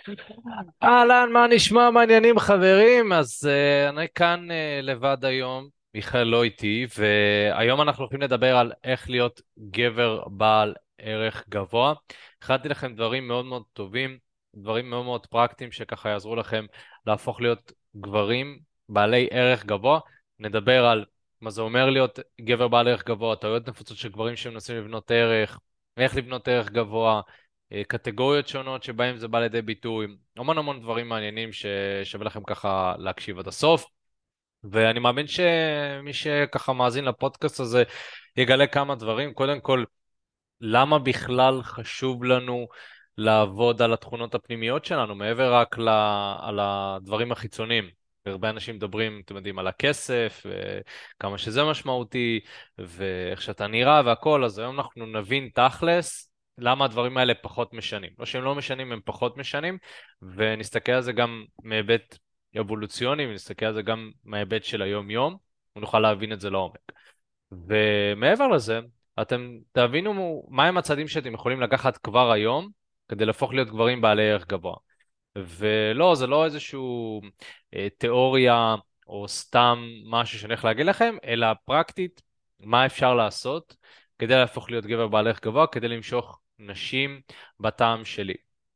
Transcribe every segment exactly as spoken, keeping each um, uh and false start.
אהלן, מה נשמע? מעניינים חברים? אז uh, אני כאן uh, לבד היום, מיכאל לא איתי, והיום אנחנו הולכים לדבר על איך להיות גבר בעל ערך גבוה. הכנתי לכם דברים מאוד מאוד טובים, דברים מאוד מאוד פרקטיים שככה יעזרו לכם להפוך להיות גברים בעלי ערך גבוה. נדבר על מה זה אומר להיות גבר בעל ערך גבוה, טעויות נפוצות של גברים שמנסים לבנות ערך, איך לבנות ערך גבוה, אה, קטגוריות שונות שבהם זה בא לידי ביטוי, המון המון דברים מעניינים ששווה לכם ככה להקשיב עד הסוף. ואני מאמין שמי שככה מאזין לפודקאסט הזה יגלה כמה דברים. קודם כל, למה בכלל חשוב לנו לעבוד על התכונות הפנימיות שלנו, מעבר רק ל, על הדברים החיצוניים. הרבה אנשים מדברים, אתם יודעים, על הכסף, וכמה שזה משמעותי, ואיך שאתה נראה והכל, אז היום אנחנו נבין תכלס למה הדברים האלה פחות משנים. לא שהם לא משנים, הם פחות משנים, ונסתכל על זה גם מהיבט אבולוציוני, ונסתכל על זה גם מההיבט של היום-יום, ונוכל להבין את זה לעומק. ומעבר לזה, אתם תבינו מהם הצעדים שאתם יכולים לקחת כבר היום כדי להפוך להיות גברים בעלי ערך גבוה. ולא, זה לא איזשהו אה, תיאוריה או סתם משהו שאני הולך להגיד לכם, אלא פרקטית, מה אפשר לעשות כדי להפוך להיות גבר בעל ערך גבוה, כדי למשוך נשים בטעם שלי.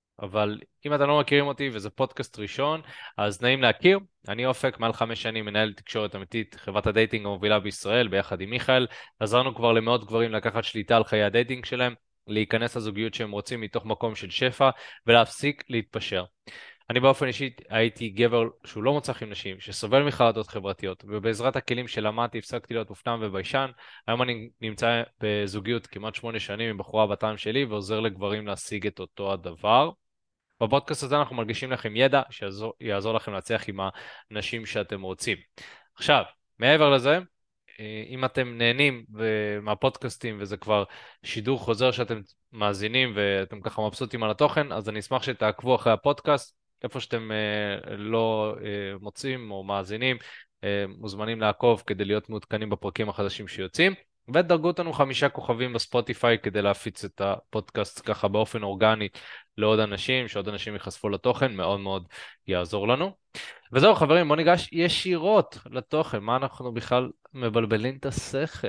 אבל אם אתם לא מכירים אותי וזה פודקאסט ראשון, אז נעים להכיר. אני אופק, מעל חמש שנים מנהל תקשורת אמיתית, חברת הדייטינג המובילה בישראל, ביחד עם מיכאל. עזרנו כבר למאות גברים לקחת שליטה על חיי הדייטינג שלהם, להיכנס לזוגיות שהם רוצים מתוך מקום של שפע, ולהפסיק להתפשר. אני באופן אישי הייתי גבר שהוא לא מוצלח עם נשים, שסובל מחרדות חברתיות, ובעזרת הכלים שלמדתי הפסקתי להיות מופנם וביישן. היום אני נמצא בזוגיות כמעט שמונה שנים עם בחורה בטעם שלי, ועוזר לגברים להשיג את אותו הדבר. בפודקאסט הזה אנחנו מרגישים לכם ידע שיעזור לכם להצליח עם הנשים שאתם רוצים. עכשיו, מעבר לזה, אה, אם אתם נהנים מהפודקאסטים וזה כבר שידור חוזר שאתם מאזינים ואתם ככה מבסוטים על התוכן, אז אני אשמח שתעקבו אחרי הפודקאסט, איפה שאתם אה, לא אה, מוצאים או מאזינים, אה, מוזמנים לעקוב כדי להיות מעודכנים בפרקים החדשים שיוצאים. ודרגו אותנו חמישה כוכבים בספוטיפיי כדי להפיץ את הפודקאסט ככה באופן אורגני לעוד אנשים, שעוד אנשים ייחשפו לתוכן, מאוד מאוד יעזור לנו. וזהו חברים, בואו ניגש ישירות לתוכן, מה אנחנו בכלל מבלבלים את השכל.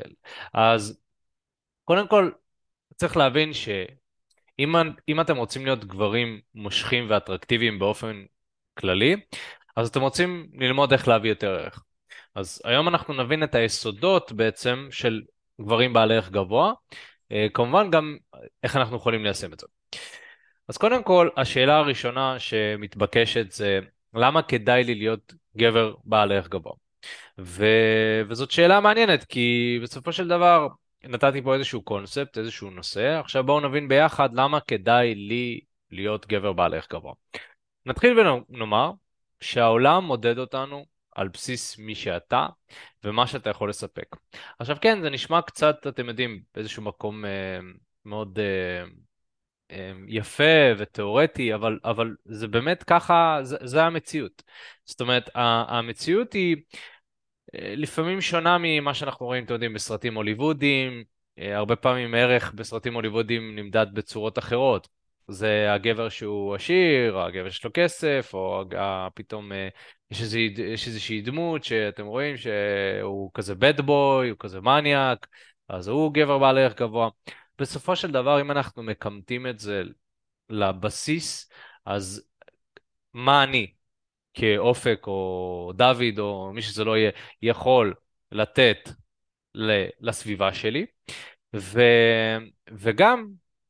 אז קודם כל צריך להבין שאם אם אתם רוצים להיות גברים מושכים ואטרקטיביים באופן כללי, אז אתם רוצים ללמוד איך להביא יותר ערך. אז היום אנחנו נבין את היסודות בעצם של גברים בעלי ערך גבוה, אה, כמובן גם איך אנחנו יכולים ליישם את זה. אז קודם כל, השאלה הראשונה שמתבקשת זה, למה כדאי לי להיות גבר בעל ערך גבוה? ו... וזאת שאלה מעניינת, כי בסופו של דבר נתתי פה איזשהו קונספט, איזשהו נושא, עכשיו בואו נבין ביחד למה כדאי לי להיות גבר בעל ערך גבוה. נתחיל ונאמר שהעולם מודד אותנו על בסיס מי שאתה ומה שאתה יכול לספק. עכשיו כן, זה נשמע קצת, אתם יודעים, באיזשהו מקום אה, מאוד... אה, אמ, יפה ותיאורטי, אבל, אבל זה באמת ככה, זה, זה המציאות. זאת אומרת, ה- המציאות היא אה, לפעמים שונה ממה שאנחנו רואים, אתם יודעים, בסרטים הוליוודיים. אה, הרבה פעמים ערך בסרטים הוליוודיים נמדד בצורות אחרות. זה הגבר שהוא עשיר, הגבר שיש לו כסף, או ה- פתאום אה, יש איזו, יש איזושהי דמות שאתם רואים שהוא כזה bad boy, הוא כזה מניאק, אז הוא גבר בעל ערך גבוה. בסופו של דבר, אם אנחנו מקמטים את זה לבסיס, אז מה אני כאופק או דוד או מי שזה לא יהיה יכול לתת ל- לסביבה שלי, ו, וגם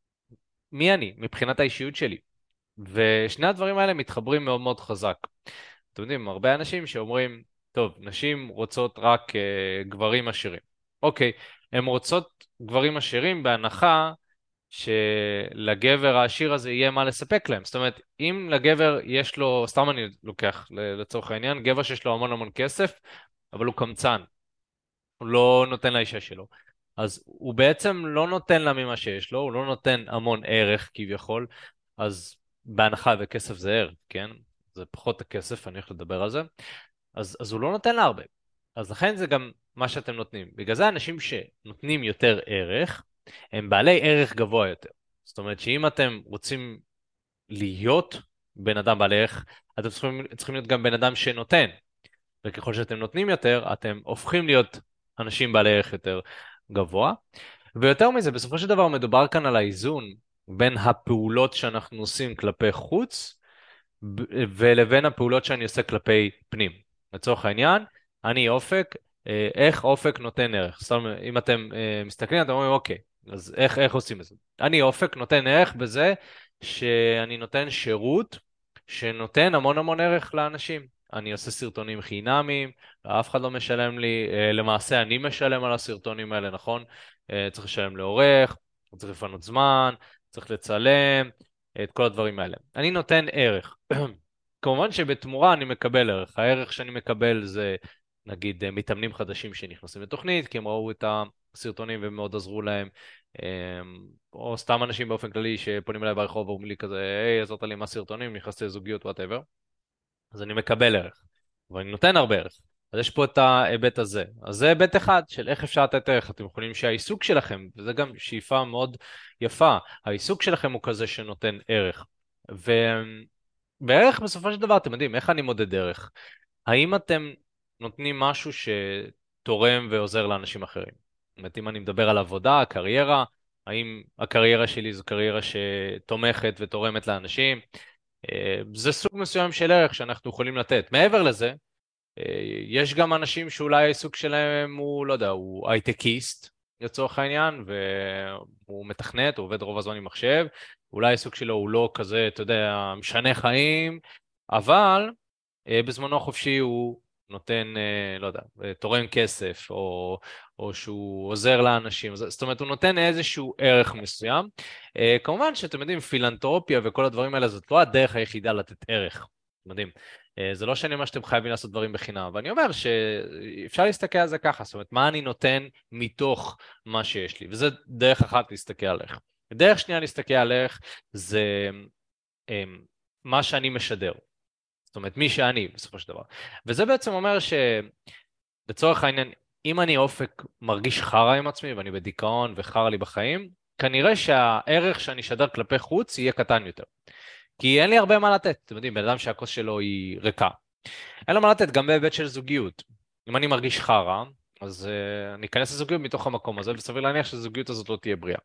מי אני מבחינת האישיות שלי. ושני הדברים האלה מתחברים מאוד מאוד חזק. אתם יודעים, הרבה אנשים שאומרים, טוב, נשים רוצות רק uh, גברים עשירים. אוקיי, הן רוצות גברים עשירים בהנחה שלגבר העשיר הזה יהיה מה לספק להם. זאת אומרת, אם לגבר יש לו, סתם אני לוקח לצורך העניין, גבר שיש לו המון המון כסף, אבל הוא קמצן, הוא לא נותן לאישה שלו. אז הוא בעצם לא נותן לה ממה שיש לו, הוא לא נותן המון ערך כביכול, אז בהנחה וכסף זה ערך, כן? זה פחות הכסף, אני הולך לדבר על זה. אז, אז הוא לא נותן לה הרבה. אז לכן זה גם מה שאתם נותנים. בגלל זה אנשים שנותנים יותר ערך, הם בעלי ערך גבוה יותר. זאת אומרת שאם אתם רוצים להיות בן אדם בעל ערך, אתם צריכים, צריכים להיות גם בן אדם שנותן, וככל שאתם נותנים יותר, אתם הופכים להיות אנשים בעלי ערך יותר גבוה. ויותר מזה, בסופו של דבר מדובר כאן על האיזון בין הפעולות שאנחנו עושים כלפי חוץ, ב- ולבין הפעולות שאני עושה כלפי פנים. לצורך העניין, אני אופק, אה, איך אופק נותן ערך? סתם, אם אתם אה, מסתכלים, אתם אומרים, אוקיי, אז איך, איך עושים את זה? אני אופק נותן ערך בזה שאני נותן שירות שנותן המון המון ערך לאנשים. אני עושה סרטונים חינמיים, אף אחד לא משלם לי, אה, למעשה אני משלם על הסרטונים האלה, נכון? אה, צריך לשלם לעורך, צריך לפנות זמן, צריך לצלם, את כל הדברים האלה. אני נותן ערך. כמובן שבתמורה אני מקבל ערך. הערך שאני מקבל זה, נגיד, אה, מתאמנים חדשים שנכנסים לתוכנית, כי הם ראו את הסרטונים ומאוד עזרו להם, אמ, או סתם אנשים באופן כללי שפונים אליי ברחוב ואומרים לי כזה, היי, עזרת לי עם הסרטונים, נכנסתי לזוגיות, whatever. אז אני מקבל ערך, ואני נותן הרבה ערך. אז יש פה את ההיבט הזה. אז זה היבט אחד של איך אפשר לתת ערך. אתם יכולים שהעיסוק שלכם, וזה גם שאיפה מאוד יפה, העיסוק שלכם הוא כזה שנותן ערך. ו... וערך בסופו של דבר, אתם יודעים, איך אני מודד ערך? האם אתם נותנים משהו שתורם ועוזר לאנשים אחרים? זאת אומרת, אם אני מדבר על עבודה, קריירה, האם הקריירה שלי זו קריירה שתומכת ותורמת לאנשים? אה, זה סוג מסוים של ערך שאנחנו יכולים לתת. מעבר לזה, אה, יש גם אנשים שאולי העיסוק שלהם הוא, לא יודע, הוא הייטקיסט לצורך העניין, והוא מתכנת, הוא עובד רוב הזמן עם מחשב, אולי העיסוק שלו הוא לא כזה, אתה יודע, משנה חיים, אבל אה, בזמנו החופשי הוא נותן, אה, לא יודע, אה, תורם כסף, או, או שהוא עוזר לאנשים, זאת זאת אומרת, הוא נותן איזשהו ערך מסוים. אה, כמובן שאתם יודעים, פילנתרופיה וכל הדברים האלה, זאת לא הדרך היחידה לתת ערך. אתם יודעים, אה, זה לא שאני אומר שאתם חייבים לעשות דברים בחינם, אבל אני אומר שאפשר להסתכל על זה ככה, זאת אומרת, מה אני נותן מתוך מה שיש לי, וזה דרך אחת להסתכל על איך. דרך שנייה להסתכל על איך זה אה, מה שאני משדר. זאת אומרת, מי שאני בסופו של דבר. וזה בעצם אומר שלצורך העניין, אם אני אופק מרגיש חרא עם עצמי ואני בדיכאון וחרא לי בחיים, כנראה שהערך שאני אשדר כלפי חוץ יהיה קטן יותר. כי אין לי הרבה מה לתת. אתם יודעים, בן אדם שהכוס שלו היא ריקה. אין לו מה לתת גם בהיבט של זוגיות. אם אני מרגיש חרא, אז uh, אני אכנס לזוגיות מתוך המקום הזה, וסביר להניח שהזוגיות הזאת לא תהיה בריאה.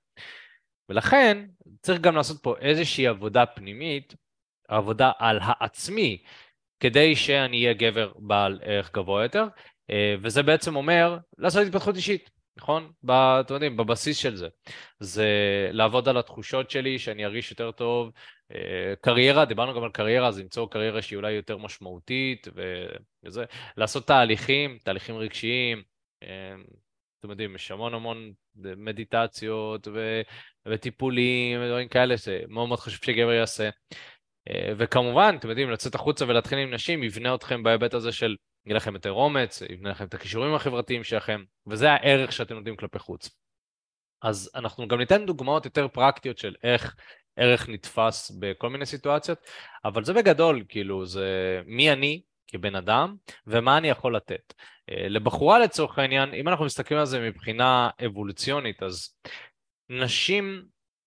ולכן צריך גם לעשות פה איזושהי עבודה פנימית, עבודה על העצמי, כדי שאני אהיה גבר בעל ערך גבוה יותר, אה, וזה בעצם אומר לעשות התפתחות אישית, נכון? ב, אתם יודעים, בבסיס של זה. זה לעבוד על התחושות שלי, שאני ארגיש יותר טוב. אה, קריירה, דיברנו גם על קריירה, אז למצוא קריירה שהיא אולי יותר משמעותית, וזה, לעשות תהליכים, תהליכים רגשיים. אה, אתם יודעים, יש המון המון מדיטציות ו, וטיפולים ודברים כאלה, שמאוד מאוד חשוב שגבר יעשה. אה, וכמובן, אתם יודעים, לצאת החוצה ולהתחיל עם נשים, יבנה אתכם בהיבט הזה של, יהיה לכם יותר אומץ, יבנה לכם את הכישורים החברתיים שלכם, וזה הערך שאתם נותנים כלפי חוץ. אז אנחנו גם ניתן דוגמאות יותר פרקטיות של איך ערך נתפס בכל מיני סיטואציות, אבל זה בגדול, כאילו, זה מי אני כבן אדם, ומה אני יכול לתת. אה, לבחורה לצורך העניין, אם אנחנו מסתכלים על זה מבחינה אבולוציונית, אז נשים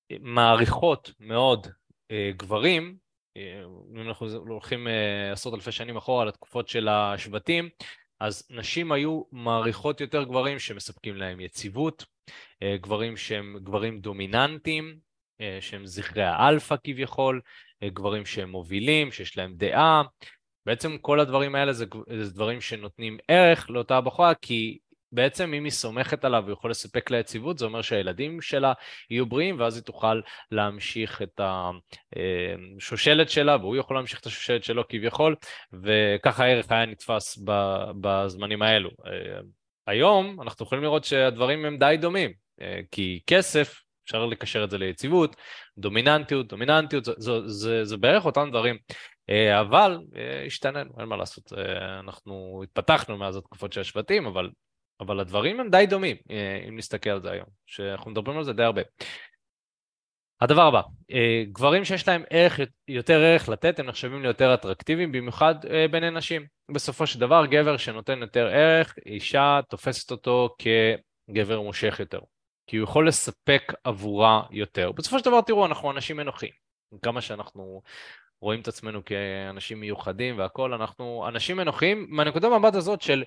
מעריכות מאוד אה, גברים, אם אנחנו הולכים עשרות אלפי שנים אחורה לתקופות של השבטים, אז נשים היו מעריכות יותר גברים שמספקים להם יציבות, גברים שהם גברים דומיננטיים, שהם זכרי האלפא כביכול, גברים שהם מובילים, שיש להם דעה. בעצם כל הדברים האלה זה, זה דברים שנותנים ערך לאותה בחורה, כי בעצם אם היא סומכת עליו ויכול לספק לה יציבות, זה אומר שהילדים שלה יהיו בריאים, ואז היא תוכל להמשיך את השושלת שלה, והוא יכול להמשיך את השושלת שלו כביכול, וככה הערך היה נתפס בזמנים האלו. היום אנחנו יכולים לראות שהדברים הם די דומים, כי כסף, אפשר לקשר את זה ליציבות, דומיננטיות, דומיננטיות, זה, זה, זה, זה בערך אותם דברים. אבל השתננו, אין מה לעשות, אנחנו התפתחנו מאז התקופות של השבטים, אבל, אבל הדברים הם די דומים, אם נסתכל על זה היום, שאנחנו מדברים על זה די הרבה. הדבר הבא, גברים שיש להם ערך, יותר ערך לתת, הם נחשבים ליותר אטרקטיביים, במיוחד בין נשים. בסופו של דבר, גבר שנותן יותר ערך, אישה תופסת אותו כגבר מושך יותר, כי הוא יכול לספק עבורה יותר. בסופו של דבר, תראו, אנחנו אנשים אנוכיים, כמה שאנחנו רואים את עצמנו כאנשים מיוחדים והכל, אנחנו אנשים אנוכיים, מהנקודה מבט הזאת של,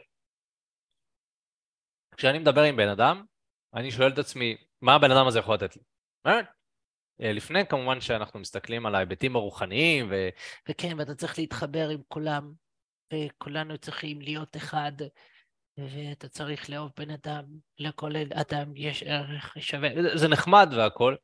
כשאני מדבר עם בן אדם, אני שואל את עצמי, מה הבן אדם הזה יכול לתת לי? באמת? אה, לפני כמובן שאנחנו מסתכלים על ההיבטים הרוחניים, ו... וכן, ואתה צריך להתחבר עם כולם, וכולנו צריכים להיות אחד, ואתה צריך לאהוב בן אדם, לכל אדם יש ערך שווה, זה זה נחמד והכל,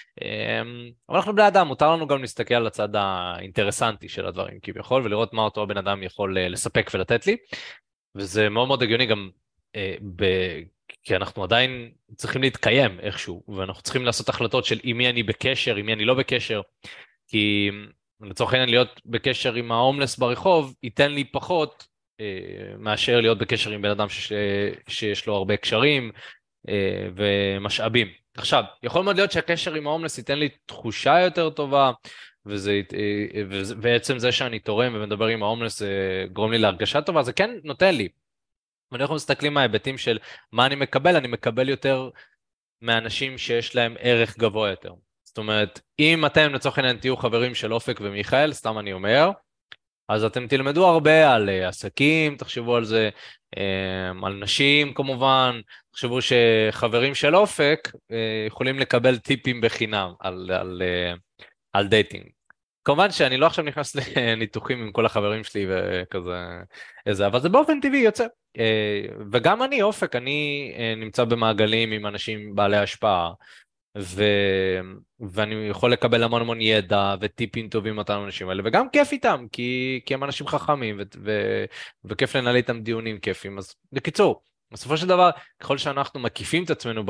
אמ, אבל אנחנו בני אדם, מותר לנו גם להסתכל על הצד האינטרסנטי של הדברים כביכול, ולראות מה אותו בן אדם יכול אה, לספק ולתת לי, וזה מאוד מאוד הגיוני גם, אה, ב... כי אנחנו עדיין צריכים להתקיים איכשהו, ואנחנו צריכים לעשות החלטות של עם מי אני בקשר, עם מי אני לא בקשר, כי לצורך העניין להיות בקשר עם ההומלס ברחוב, ייתן לי פחות אה, מאשר להיות בקשר עם בן אדם ש... שיש לו הרבה קשרים אה, ומשאבים. עכשיו, יכול מאוד להיות שהקשר עם ההומלס ייתן לי תחושה יותר טובה, וזה, אה, וזה, ועצם זה שאני תורם ומדבר עם ההומלס אה, גורם לי להרגשה טובה, זה כן נותן לי. ואנחנו מסתכלים מההיבטים של מה אני מקבל, אני מקבל יותר מאנשים שיש להם ערך גבוה יותר. זאת אומרת, אם אתם לצורך העניין תהיו חברים של אופק ומיכאל, סתם אני אומר, אז אתם תלמדו הרבה על uh, עסקים, תחשבו על זה, um, על נשים כמובן, תחשבו שחברים של אופק uh, יכולים לקבל טיפים בחינם על, על, uh, על דייטינג. כמובן שאני לא עכשיו נכנס לניתוחים עם כל החברים שלי וכזה, איזה, אבל זה באופן טבעי יוצא. Uh, וגם אני, אופק, אני uh, נמצא במעגלים עם אנשים בעלי השפעה, ו... ואני יכול לקבל המון המון ידע וטיפים טובים אותם האנשים האלה, וגם כיף איתם, כי, כי הם אנשים חכמים, ו... ו... וכיף לנהל איתם דיונים כיפים. אז בקיצור, בסופו של דבר, ככל שאנחנו מקיפים את עצמנו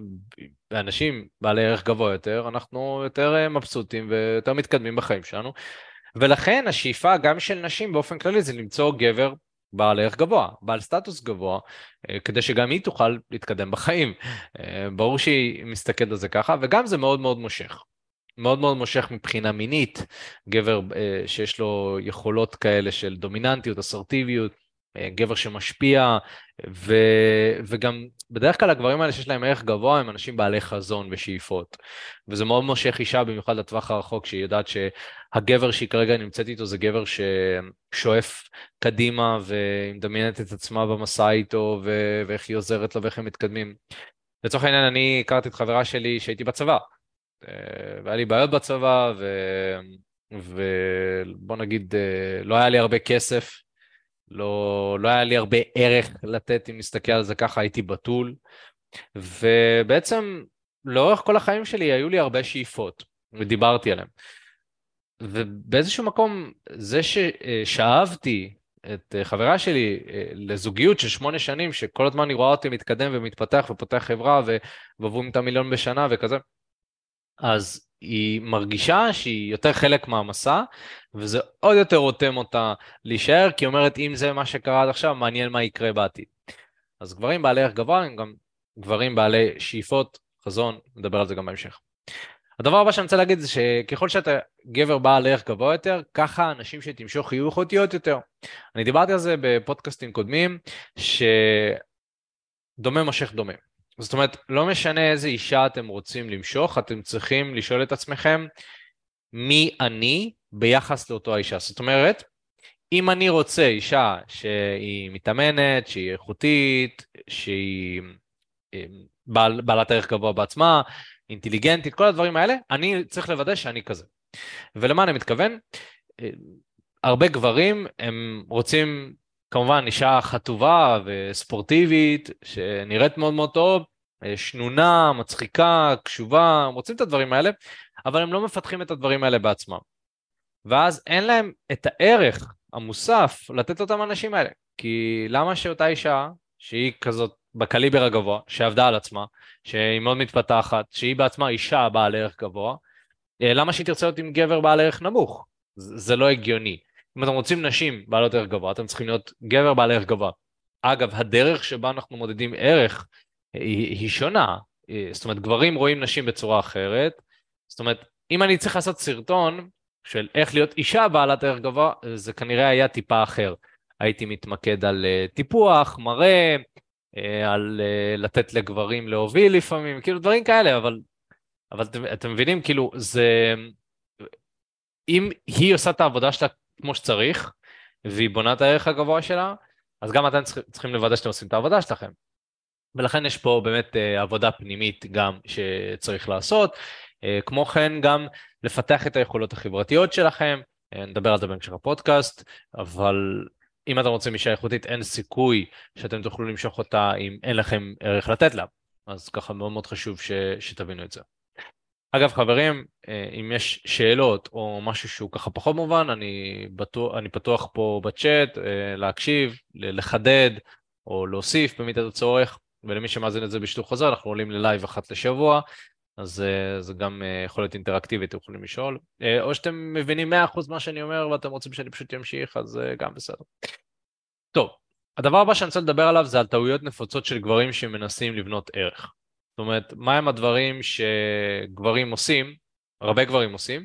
באנשים בעלי ערך גבוה יותר, אנחנו יותר מבסוטים ויותר מתקדמים בחיים שלנו, ולכן השאיפה גם של נשים באופן כללי זה למצוא גבר בעל ערך גבוה, בעל סטטוס גבוה, כדי שגם היא תוכל להתקדם בחיים. ברור שהיא מסתכלת על זה ככה, וגם זה מאוד מאוד מושך. מאוד מאוד מושך מבחינה מינית, גבר שיש לו יכולות כאלה של דומיננטיות, אסרטיביות, גבר שמשפיע, ו... וגם בדרך כלל הגברים האלה שיש להם ערך גבוה הם אנשים בעלי חזון ושאיפות, וזה מאוד מושך אישה במיוחד לטווח הרחוק, שהיא יודעת שהגבר שהיא כרגע נמצאת איתו זה גבר ששואף קדימה והיא מדמיינת את עצמה במסע איתו, ו... ואיך היא עוזרת לו ואיך הם מתקדמים. לצורך העניין אני הכרתי את חברה שלי שהייתי בצבא, והיה לי בעיות בצבא, ו... ובוא נגיד לא היה לי הרבה כסף, לא, לא היה לי הרבה ערך לתת, אם נסתכל על זה ככה, הייתי בתול, ובעצם לאורך כל החיים שלי היו לי הרבה שאיפות, ודיברתי עליהן. ובאיזשהו מקום, זה ששאבתי את חברה שלי לזוגיות של שמונה שנים, שכל הזמן אני רואה אותי מתקדם ומתפתח ופותח חברה, ובובים את המיליון בשנה וכזה, אז היא מרגישה שהיא יותר חלק מהמסע, וזה עוד יותר רותם אותה להישאר, כי היא אומרת, אם זה מה שקרה עד עכשיו, מעניין מה יקרה בעתיד. אז גברים בעלי ערך גבוה הם גם גברים בעלי שאיפות, חזון, נדבר על זה גם בהמשך. הדבר הבא שאני רוצה להגיד זה שככל שאתה גבר בעל ערך גבוה יותר, ככה אנשים שתמשוך יהיו איכותיות יותר. אני דיברתי על זה בפודקאסטים קודמים, שדומה מושך דומה. זאת אומרת, לא משנה איזה אישה אתם רוצים למשוך, אתם צריכים לשאול את עצמכם, מי אני ביחס לאותו האישה? זאת אומרת, אם אני רוצה אישה שהיא מתאמנת, שהיא איכותית, שהיא בעל, בעלת ערך גבוה בעצמה, אינטליגנטית, כל הדברים האלה, אני צריך לוודא שאני כזה. ולמה אני מתכוון? הרבה גברים הם רוצים כמובן אישה חטובה וספורטיבית, שנראית מאוד מאוד טוב, שנונה, מצחיקה, קשובה, הם רוצים את הדברים האלה, אבל הם לא מפתחים את הדברים האלה בעצמם. ואז אין להם את הערך המוסף לתת אותם האנשים האלה. כי למה שאותה אישה, שהיא כזאת בקליבר הגבוה, שעבדה על עצמה, שהיא מאוד מתפתחת, שהיא בעצמה אישה בעל ערך גבוה, למה שהיא תרצה להיות עם גבר בעל ערך נמוך? זה, זה לא הגיוני. אם אתם רוצים נשים בעלות ערך גבוה, אתם צריכים להיות גבר בעל ערך גבוה. אגב, הדרך שבה אנחנו מודדים ערך היא, היא שונה. זאת אומרת, גברים רואים נשים בצורה אחרת. זאת אומרת, אם אני צריך לעשות סרטון של איך להיות אישה בעלת ערך גבוה, זה כנראה היה טיפה אחר. הייתי מתמקד על טיפוח, מראה, על לתת לגברים להוביל לפעמים, כאילו דברים כאלה, אבל, אבל אתם, אתם מבינים, כאילו, זה... אם היא עושה את העבודה שלה כמו שצריך, והיא בונה את הערך הגבוה שלה, אז גם אתם צריכים, צריכים לוודא שאתם עושים את העבודה שלכם. ולכן יש פה באמת אה, עבודה פנימית גם שצריך לעשות, אה, כמו כן גם לפתח את היכולות החברתיות שלכם, אה, נדבר על זה בהמשך הפודקאסט, אבל אם אתם רוצים אישה איכותית, אין סיכוי שאתם תוכלו למשוך אותה אם אין לכם ערך לתת לה, אז ככה מאוד מאוד חשוב ש, שתבינו את זה. אגב חברים, אה, אם יש שאלות או משהו שהוא ככה פחות מובן, אני, בטוח, אני פתוח פה בצ'אט אה, להקשיב, לחדד או להוסיף במידת הצורך, ולמי שמאזין את זה בשידור חוזר, אנחנו עולים ללייב אחת לשבוע, אז uh, זה גם uh, יכול להיות אינטראקטיבית, אתם יכולים לשאול. Uh, או שאתם מבינים מאה אחוז מה שאני אומר, ואתם רוצים שאני פשוט אמשיך, אז uh, גם בסדר. טוב, הדבר הבא שאני רוצה לדבר עליו זה על טעויות נפוצות של גברים שמנסים לבנות ערך. זאת אומרת, מהם הדברים שגברים עושים, הרבה גברים עושים,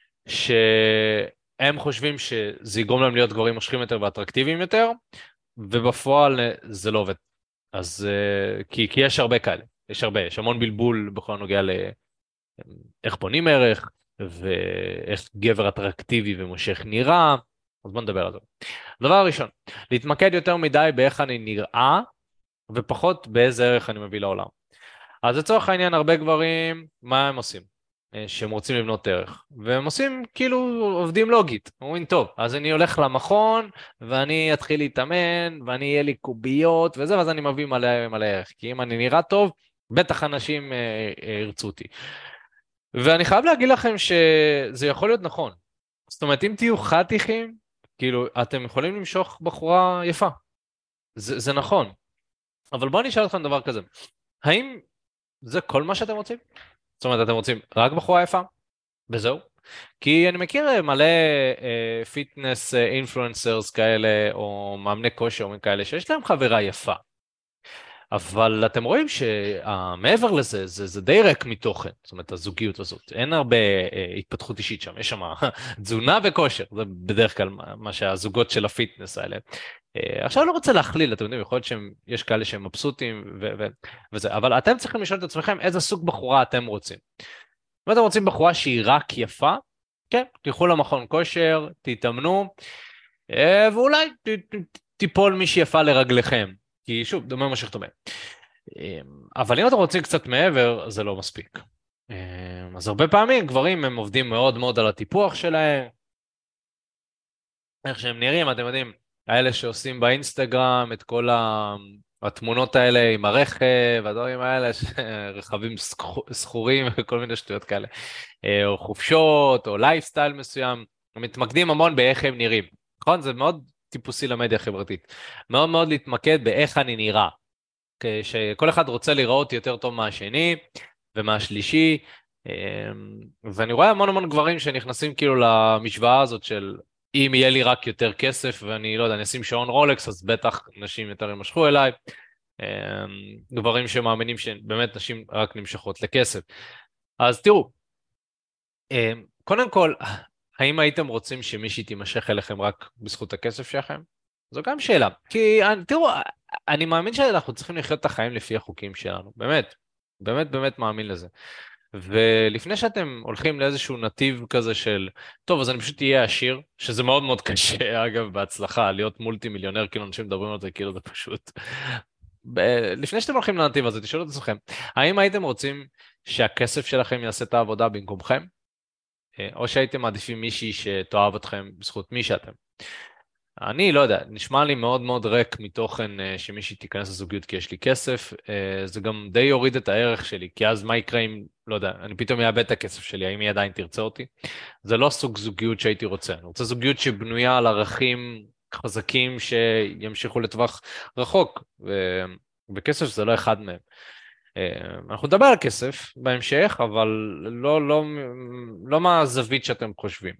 שהם חושבים שזה יגרום להם להיות גברים מושכים יותר ואטרקטיביים יותר, ובפועל זה לא עובד. אז כי, כי יש הרבה כאלה, יש הרבה, יש המון בלבול בכל הנוגע לאיך בונים ערך, ואיך גבר אטרקטיבי ומושך נראה, אז בוא נדבר על זה. הדבר הראשון, להתמקד יותר מדי באיך אני נראה, ופחות באיזה ערך אני מביא לעולם. אז לצורך העניין הרבה גברים, מה הם עושים? שהם רוצים לבנות ערך, והם עושים כאילו עובדים לוגית, אומרים טוב, אז אני הולך למכון, ואני אתחיל להתאמן, ואני אהיה לי קוביות וזה, ואז אני מביא מלא, מלא ערך, כי אם אני נראה טוב, בטח אנשים אה, אה, ירצו אותי. ואני חייב להגיד לכם שזה יכול להיות נכון, זאת אומרת אם תהיו חתיכים, כאילו אתם יכולים למשוך בחורה יפה, זה, זה נכון, אבל בואו נשאל אתכם דבר כזה, האם זה כל מה שאתם רוצים? זאת אומרת, אתם רוצים רק בחורה יפה? וזהו. כי אני מכיר מלא אה, פיטנס אה, אינפלואנסרס כאלה, או מאמני כושר, או כאלה, שיש להם חברה יפה. אבל אתם רואים שמעבר לזה, זה, זה די ריק מתוכן, זאת אומרת, הזוגיות הזאת. אין הרבה אה, התפתחות אישית שם, יש שם תזונה וכושר, זה בדרך כלל מה, מה שהזוגות של הפיטנס האלה. אה, עכשיו לא רוצה להכליל, אתם יודעים, יכול להיות שיש כאלה שהם מבסוטים ו- ו- וזה, אבל אתם צריכים לשאול את עצמכם איזה סוג בחורה אתם רוצים. אם אתם רוצים בחורה שהיא רק יפה, כן, תלכו למכון כושר, תתאמנו, אה, ואולי ת, ת, תיפול מישהי יפה לרגליכם. כי שוב, דומה משך דומה. אבל אם אתם רוצים קצת מעבר, זה לא מספיק. אז הרבה פעמים גברים הם עובדים מאוד מאוד על הטיפוח שלהם, איך שהם נראים, אתם יודעים, האלה שעושים באינסטגרם את כל התמונות האלה עם הרכב, הדברים האלה, רכבים סחורים וכל מיני שטויות כאלה, או חופשות, או לייפסטייל מסוים, הם מתמקדים המון באיך הם נראים. נכון? זה מאוד טיפוסי למדיה החברתית. מאוד מאוד להתמקד באיך אני נראה. שכל אחד רוצה לראות יותר טוב מהשני ומהשלישי, ואני רואה המון המון גברים שנכנסים כאילו למשוואה הזאת של אם יהיה לי רק יותר כסף ואני לא יודע, אני אשים שעון רולקס, אז בטח נשים יותר ימשכו אליי. גברים שמאמינים שבאמת נשים רק נמשכות לכסף. אז תראו, קודם כל, האם הייתם רוצים שמישהי תימשך אליכם רק בזכות הכסף שלכם? זו גם שאלה. כי תראו, אני מאמין שאנחנו צריכים לחיות את החיים לפי החוקים שלנו. באמת, באמת באמת מאמין לזה. ולפני שאתם הולכים לאיזשהו נתיב כזה של, טוב, אז אני פשוט אהיה עשיר, שזה מאוד מאוד קשה, אגב, בהצלחה, להיות מולטי מיליונר, כאילו אנשים מדברים על זה, כאילו זה פשוט. לפני שאתם הולכים לנתיב הזה, תשאלו את עצמכם, האם הייתם רוצים שהכסף שלכם יעשה את העבודה במקומכם? או שהייתם מעדיפים מישהי שתאהב אתכם בזכות מי שאתם? אני לא יודע, נשמע לי מאוד מאוד ריק מתוכן שמישהי תיכנס לזוגיות כי יש לי כסף, זה גם די יוריד את הערך שלי, כי אז מה יקרה אם, לא יודע, אני פתאום אאבד את הכסף שלי, האם היא עדיין תרצה אותי? זה לא סוג זוגיות שהייתי רוצה, אני רוצה זוגיות שבנויה על ערכים חזקים שימשיכו לטווח רחוק, ו... וכסף זה לא אחד מהם. אנחנו נדבר על כסף בהמשך, אבל לא, לא, לא מהזווית שאתם חושבים.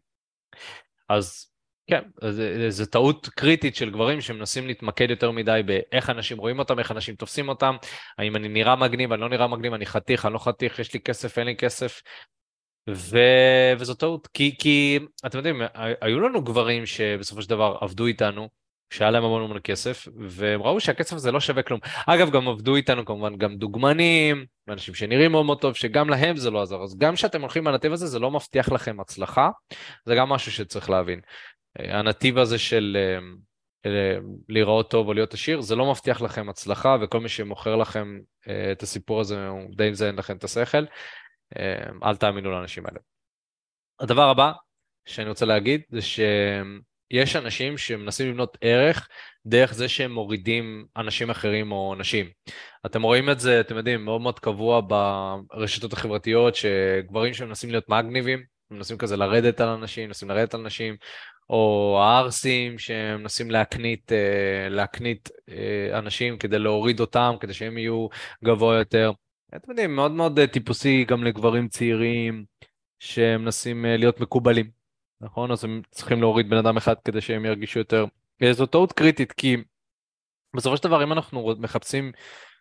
אז כן, זו טעות קריטית של גברים שמנסים להתמקד יותר מדי באיך אנשים רואים אותם, איך אנשים תופסים אותם, האם אני נראה מגניב, אני לא נראה מגניב, אני חתיך, אני לא חתיך, יש לי כסף, אין לי כסף, ו... וזו טעות, כי, כי אתם יודעים, היו לנו גברים שבסופו של דבר עבדו איתנו, שהיה להם המון המון כסף, והם ראו שהכסף הזה לא שווה כלום. אגב, גם עבדו איתנו כמובן גם דוגמנים, אנשים שנראים מאוד מאוד טוב, שגם להם זה לא עזר. אז גם כשאתם הולכים בנתיב הזה, זה לא מבטיח לכם הצלחה, זה גם משהו שצריך להבין. אה, הנתיב הזה של אה, אה, להיראות טוב או להיות עשיר, זה לא מבטיח לכם הצלחה, וכל מי שמוכר לכם אה, את הסיפור הזה, הוא די מזיין לכם את השכל. אה, אל תאמינו לאנשים האלה. הדבר הבא שאני רוצה להגיד זה שיש אנשים שמנסים לבנות ערך דרך זה שהם מורידים אנשים אחרים או נשים. אתם רואים את זה, אתם יודעים, מאוד מאוד קבוע ברשתות החברתיות, שגברים שמנסים להיות מגניבים, מנסים כזה לרדת על אנשים, מנסים לרדת על נשים, או הערסים שמנסים להקנית, אה, להקנית אה, אנשים כדי להוריד אותם, כדי שהם יהיו גבוה יותר. אתם יודעים, מאוד מאוד אה, טיפוסי גם לגברים צעירים, שמנסים אה, להיות מקובלים, נכון? אז הם צריכים להוריד בן אדם אחד כדי שהם ירגישו יותר. אה, זו טעות קריטית, כי בסופו של דבר, אם אנחנו מחפשים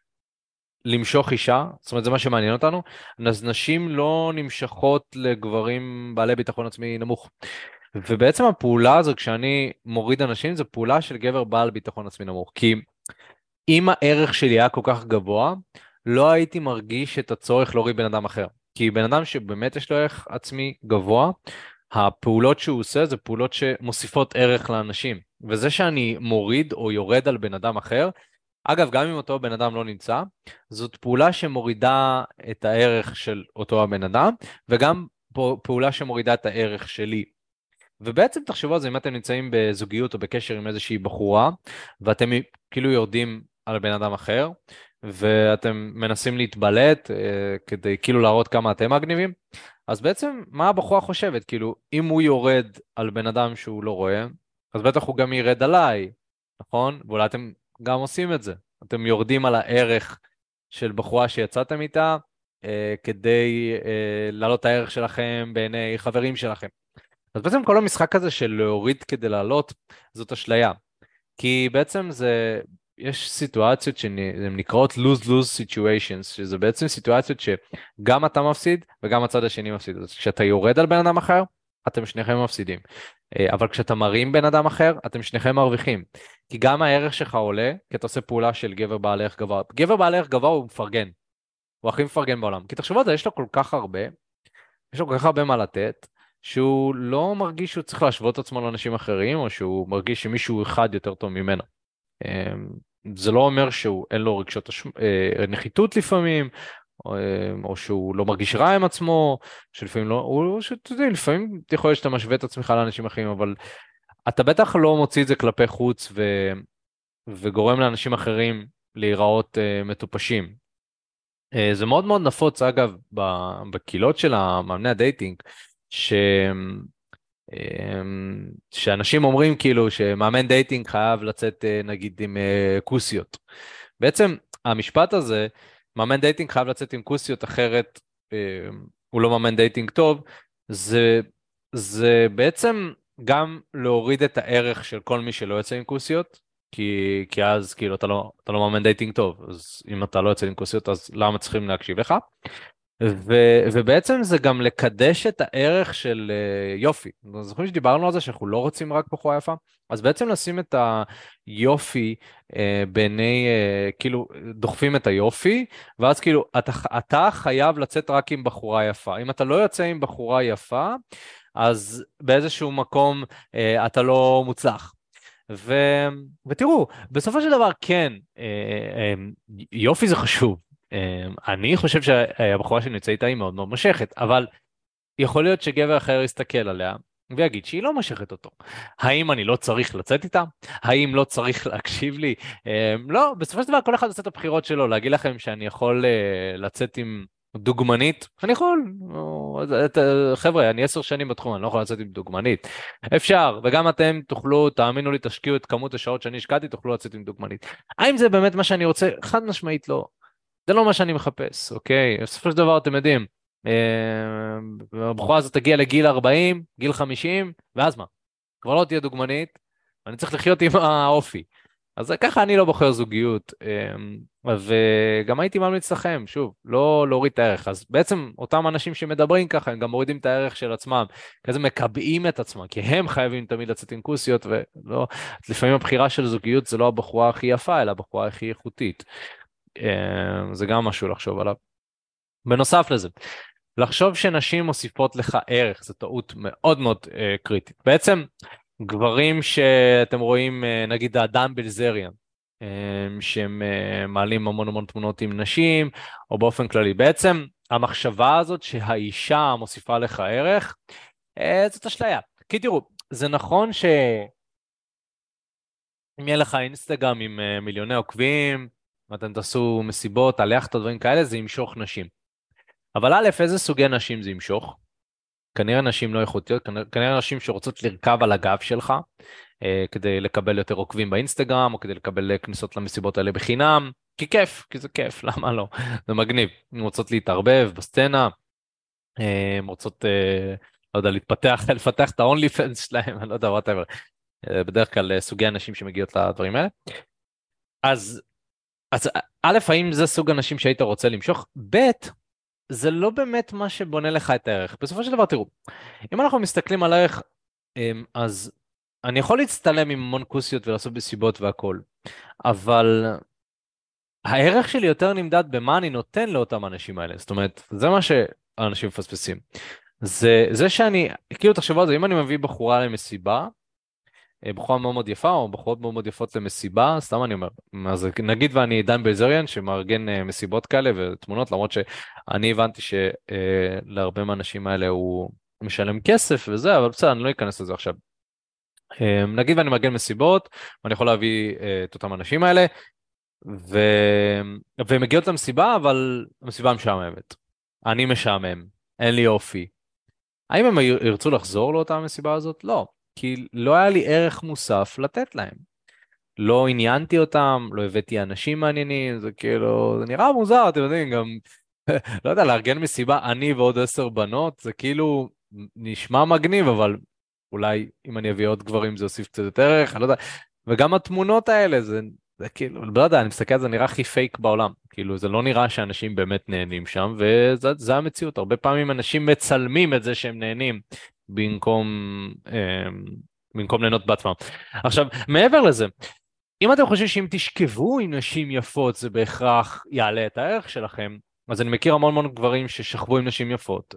למשוך אישה, זאת אומרת, זה מה שמעניין אותנו, אז נשים לא נמשכות לגברים בעלי ביטחון עצמי נמוך. ובעצם הפעולה הזו, כשאני מוריד אנשים, זו פעולה של גבר בעל ביטחון עצמי נמוך. כי אם הערך שלי היה כל כך גבוה, לא הייתי מרגיש את הצורך להוריד בן אדם אחר. כי בן אדם שבאמת יש לו ערך עצמי גבוה, הפעולות שהוא עושה זה פעולות שמוסיפות ערך לאנשים. וזה שאני מוריד או יורד על בן אדם אחר, אגב, גם אם אותו בן אדם לא נמצא, זאת פעולה שמורידה את הערך של אותו הבן אדם, וגם פעולה שמורידה את הערך שלי. ובעצם תחשבו על זה, אם אתם נמצאים בזוגיות או בקשר עם איזושהי בחורה, ואתם כאילו יורדים על בן אדם אחר, ואתם מנסים להתבלט אה, כדי כאילו להראות כמה אתם מגניבים, אז בעצם מה הבחורה חושבת? כאילו, אם הוא יורד על בן אדם שהוא לא רואה, אז בטח הוא גם ירד עליי, נכון? ואולי אתם גם עושים את זה. אתם יורדים על הערך של בחורה שיצאתם איתה, אה, כדי אה, להעלות את הערך שלכם בעיני חברים שלכם. אז בעצם כל המשחק הזה של להוריד כדי לעלות, זאת אשליה. כי בעצם זה, יש סיטואציות שהן נקראות lose-lose situations, שזה בעצם סיטואציות שגם אתה מפסיד וגם הצד השני מפסיד. אז כשאתה יורד על בן אדם אחר, אתם שניכם מפסידים. אבל כשאתה מרים בן אדם אחר, אתם שניכם מרוויחים. כי גם הערך שלך עולה, כי אתה עושה פעולה של גבר בעל ערך גבוה. גבר בעל ערך גבוה הוא מפרגן. הוא הכי מפרגן בעולם. כי תחשבו על זה, יש לו כל כך הרבה, יש לו כל כך הרבה מה לתת, שהוא לא מרגיש שהוא צריך להשוות את עצמו לאנשים אחרים, או שהוא מרגיש שמישהו אחד יותר טוב ממנו. זה לא אומר שהוא אין לו רגשות נחיתות לפעמים, או, או שהוא לא מרגיש רע עם עצמו, שלפעמים לא, הוא, שאתה יודע, לפעמים אתה יכול להיות שאתה משווה את עצמך לאנשים אחרים, אבל אתה בטח לא מוציא את זה כלפי חוץ, ו, וגורם לאנשים אחרים להיראות uh, מטופשים. Uh, זה מאוד מאוד נפוץ, אגב, בקהילות של המאמני הדייטינג, ש... שאנשים אומרים כאילו שמאמן דייטינג חייב לצאת נגיד עם כוסיות. בעצם המשפט הזה, מאמן דייטינג חייב לצאת עם כוסיות, אחרת הוא לא מאמן דייטינג טוב, זה, זה בעצם גם להוריד את הערך של כל מי שלא יוצא עם כוסיות, כי, כי אז כאילו אתה לא, אתה לא מאמן דייטינג טוב, אז אם אתה לא יוצא עם כוסיות אז למה צריכים להקשיב לך? ו, ובעצם זה גם לקדש את הערך של uh, יופי. זוכרים שדיברנו על זה שאנחנו לא רוצים רק בחורה יפה? אז בעצם לשים את היופי uh, בעיני, uh, כאילו דוחפים את היופי, ואז כאילו אתה, אתה חייב לצאת רק עם בחורה יפה. אם אתה לא יוצא עם בחורה יפה, אז באיזשהו מקום uh, אתה לא מוצלח. ו, ותראו, בסופו של דבר כן, uh, uh, יופי זה חשוב. אני חושב שהבחורה שאני יוצא איתה היא מאוד מאוד מושכת, אבל יכול להיות שגבר אחר יסתכל עליה ויגיד שהיא לא מושכת אותו. האם אני לא צריך לצאת איתה? האם לא צריך להקשיב לי? לא, בסופו של דבר כל אחד עושה את הבחירות שלו. להגיד לכם שאני יכול לצאת עם דוגמנית? אני יכול. חבר'ה, אני עשר שנים בתחום, אני לא יכול לצאת עם דוגמנית. אפשר, וגם אתם תוכלו, תאמינו לי, תשקיעו את כמות השעות שאני השקעתי, תוכלו לצאת עם דוגמנית. האם זה באמת מה שאני רוצה? חד משמעית לא. זה לא מה שאני מחפש, אוקיי? בסופו של דבר אתם יודעים, הבחורה הזאת תגיע לגיל ארבעים, גיל חמישים, ואז מה? כבר לא תהיה דוגמנית, אני צריך לחיות עם האופי. אז ככה אני לא בוחר זוגיות, וגם הייתי ממליץ לכם, שוב, לא להוריד את הערך. אז בעצם אותם אנשים שמדברים ככה, הם גם מורידים את הערך של עצמם, כזה מקבעים את עצמם, כי הם חייבים תמיד לצאת עם כוסיות, ולא, לפעמים הבחירה של זוגיות זה לא הבחורה הכי יפה, אלא הבחורה הכי איכותית. זה גם משהו לחשוב עליו. בנוסף לזה, לחשוב שנשים מוסיפות לך ערך, זו טעות מאוד מאוד קריטית. בעצם, גברים שאתם רואים, נגיד האדם בלזריאן, שהם מעלים המון המון תמונות עם נשים, או באופן כללי. בעצם המחשבה הזאת שהאישה מוסיפה לך ערך, זאת אשליה. כי תראו, זה נכון שאם יהיה לך אינסטגרם עם מיליוני עוקבים, ואתם תעשו מסיבות, על יאכטות, דברים כאלה, זה ימשוך נשים. אבל א', איזה סוגי נשים זה ימשוך? כנראה נשים לא איכותיות, כנראה נשים שרוצות לרכב על הגב שלך, אה, כדי לקבל יותר עוקבים באינסטגרם, או כדי לקבל כניסות למסיבות האלה בחינם, כי כיף, כי זה כיף, למה לא? זה מגניב. הן רוצות להתערבב בסצנה, אה, הן רוצות, אה, לא יודע, להתפתח, לפתח את ה-only fans שלהם, אני לא יודע, whatever. אה, בדרך כלל אה, סוגי הנשים שמגיעות לדברים האלה. אז, אז א', האם זה סוג הנשים שהיית רוצה למשוך? ב', זה לא באמת מה שבונה לך את הערך. בסופו של דבר, תראו, אם אנחנו מסתכלים על הערך, אז אני יכול להצטלם עם המון כוסיות ולעשות בסיבות והכל, אבל הערך שלי יותר נמדד במה אני נותן לאותם אנשים האלה. זאת אומרת, זה מה שהאנשים מפספסים. זה, זה שאני, כאילו תחשבו על זה, אם אני מביא בחורה למסיבה, בחורה מאוד מאוד יפה, או בחורות מאוד מאוד יפות למסיבה, סתם אני אומר, אז נגיד ואני דן בלזריאן, שמארגן מסיבות כאלה ותמונות, למרות שאני הבנתי שלהרבה מהאנשים האלה הוא משלם כסף וזה, אבל בסדר, אני לא אכנס לזה עכשיו. נגיד ואני מארגן מסיבות, ואני יכול להביא את אותם אנשים האלה, ו... והם מגיעות למסיבה, אבל המסיבה משעממת. אני משעמם, אין לי אופי. האם הם ירצו לחזור לאותה המסיבה הזאת? לא. כי לא היה לי ערך מוסף לתת להם. לא עניינתי אותם, לא הבאתי אנשים מעניינים, זה כאילו, זה נראה מוזר, אתם יודעים, גם, לא יודע, לארגן מסיבה, אני ועוד עשר בנות, זה כאילו נשמע מגניב, אבל אולי אם אני אביא עוד גברים זה יוסיף קצת יותר ערך, אני לא יודע, וגם התמונות האלה, זה, זה כאילו, לא יודע, אני מסתכל על זה, נראה הכי פייק בעולם, כאילו, זה לא נראה שאנשים באמת נהנים שם, וזה המציאות, הרבה פעמים אנשים מצלמים את זה שהם נהנים, במקום, אה, במקום ליהנות בעצמם. עכשיו, מעבר לזה, אם אתם חושבים שאם תשכבו עם נשים יפות, זה בהכרח יעלה את הערך שלכם, אז אני מכיר המון המון גברים ששכבו עם נשים יפות,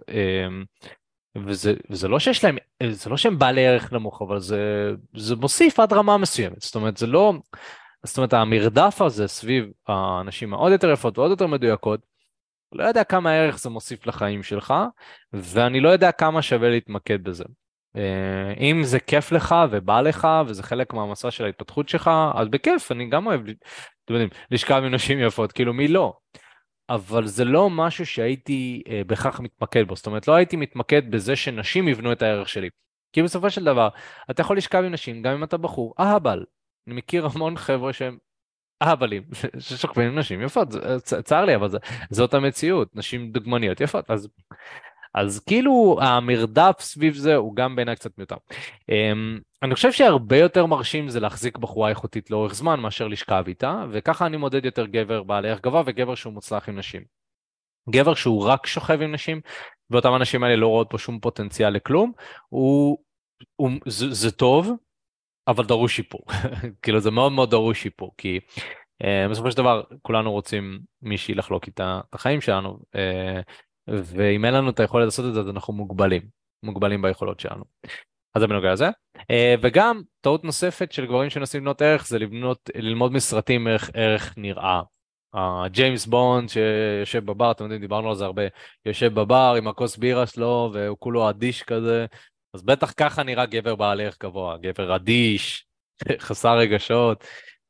וזה, וזה לא שיש להם, זה לא שהם בעלי ערך נמוך, אבל זה, זה מוסיף עד רמה מסוימת, זאת אומרת, זה לא, זאת אומרת, המרדף הזה סביב האנשים העוד יותר יפות ועוד יותר מדויקות, לא יודע כמה ערך זה מוסיף לחיים שלך, ואני לא יודע כמה שווה להתמקד בזה. אם זה כיף לך ובא לך, וזה חלק מהמסע של ההתפתחות שלך, אז בכיף, אני גם אוהב, אתם יודעים, לשכב עם נשים יפות, כאילו מי לא? אבל זה לא משהו שהייתי אה, בכך מתמקד בו, זאת אומרת, לא הייתי מתמקד בזה שנשים יבנו את הערך שלי. כי בסופו של דבר, אתה יכול לשכב עם נשים, גם אם אתה בחור, אהבל. אני מכיר המון חבר'ה שהם אהבלים, ששוכבים עם נשים יפות, צ- צער לי, אבל זה, זאת המציאות, נשים דוגמניות יפות, אז... אז כאילו המרדף סביב זה הוא גם בעיניי קצת מיותר. Um, אני חושב שהרבה יותר מרשים זה להחזיק בחורה איכותית לאורך זמן מאשר לשכב איתה, וככה אני מודד יותר גבר בעל ערך גבוה וגבר שהוא מוצלח עם נשים. גבר שהוא רק שוכב עם נשים, ואותם אנשים האלה לא רואות פה שום פוטנציאל לכלום, הוא, הוא, זה, זה טוב, אבל דרוש שיפור. כאילו זה מאוד מאוד דרוש שיפור, כי uh, בסופו של דבר כולנו רוצים מישהי לחלוק איתה את החיים שלנו, uh, ואם אין לנו את היכולת לעשות את זה, אז אנחנו מוגבלים, מוגבלים ביכולות שלנו. אז זה בנוגע לזה. וגם טעות נוספת של גברים שמנסים לבנות ערך, זה לבנות, ללמוד מסרטים איך ערך נראה. ג'יימס בונד שיושב בבר, אתם יודעים, דיברנו על זה הרבה, יושב בבר עם הכוס בירה שלו, והוא כולו אדיש כזה, אז בטח ככה נראה גבר בעל ערך גבוה, גבר אדיש, חסר רגשות,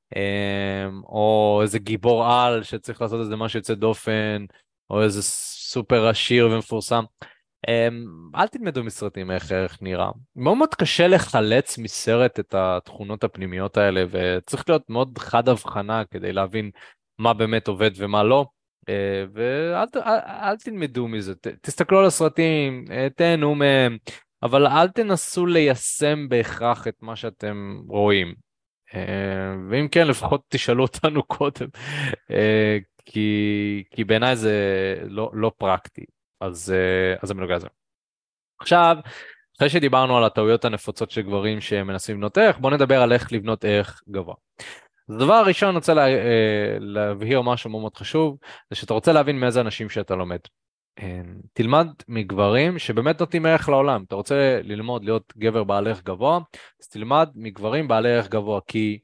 או איזה גיבור על שצריך לעשות איזה משהו יוצא דופן, או איזה סופר עשיר ומפורסם. אל תלמדו מסרטים איך ערך נראה. מאוד מאוד קשה לחלץ מסרט את התכונות הפנימיות האלה, וצריך להיות מאוד חד הבחנה כדי להבין מה באמת עובד ומה לא, ואל אל, אל תלמדו מזה, ת, תסתכלו על הסרטים, תהנו מהם, אבל אל תנסו ליישם בהכרח את מה שאתם רואים. אה, ואם כן, לפחות תשאלו אותנו קודם, אה, כי, כי בעיניי זה לא, לא פרקטי, אז, אה, אז זה בנוגע לזה. עכשיו, אחרי שדיברנו על הטעויות הנפוצות של גברים שמנסים לבנות ערך, בואו נדבר על איך לבנות ערך גבוה. אז הדבר הראשון, אני רוצה לה, אה, להבהיר משהו מאוד מאוד חשוב, זה שאתה רוצה להבין מאיזה אנשים שאתה לומד. אה, תלמד מגברים שבאמת נותנים ערך לעולם. אתה רוצה ללמוד להיות גבר בעל ערך גבוה, אז תלמד מגברים בעלי ערך גבוה, כי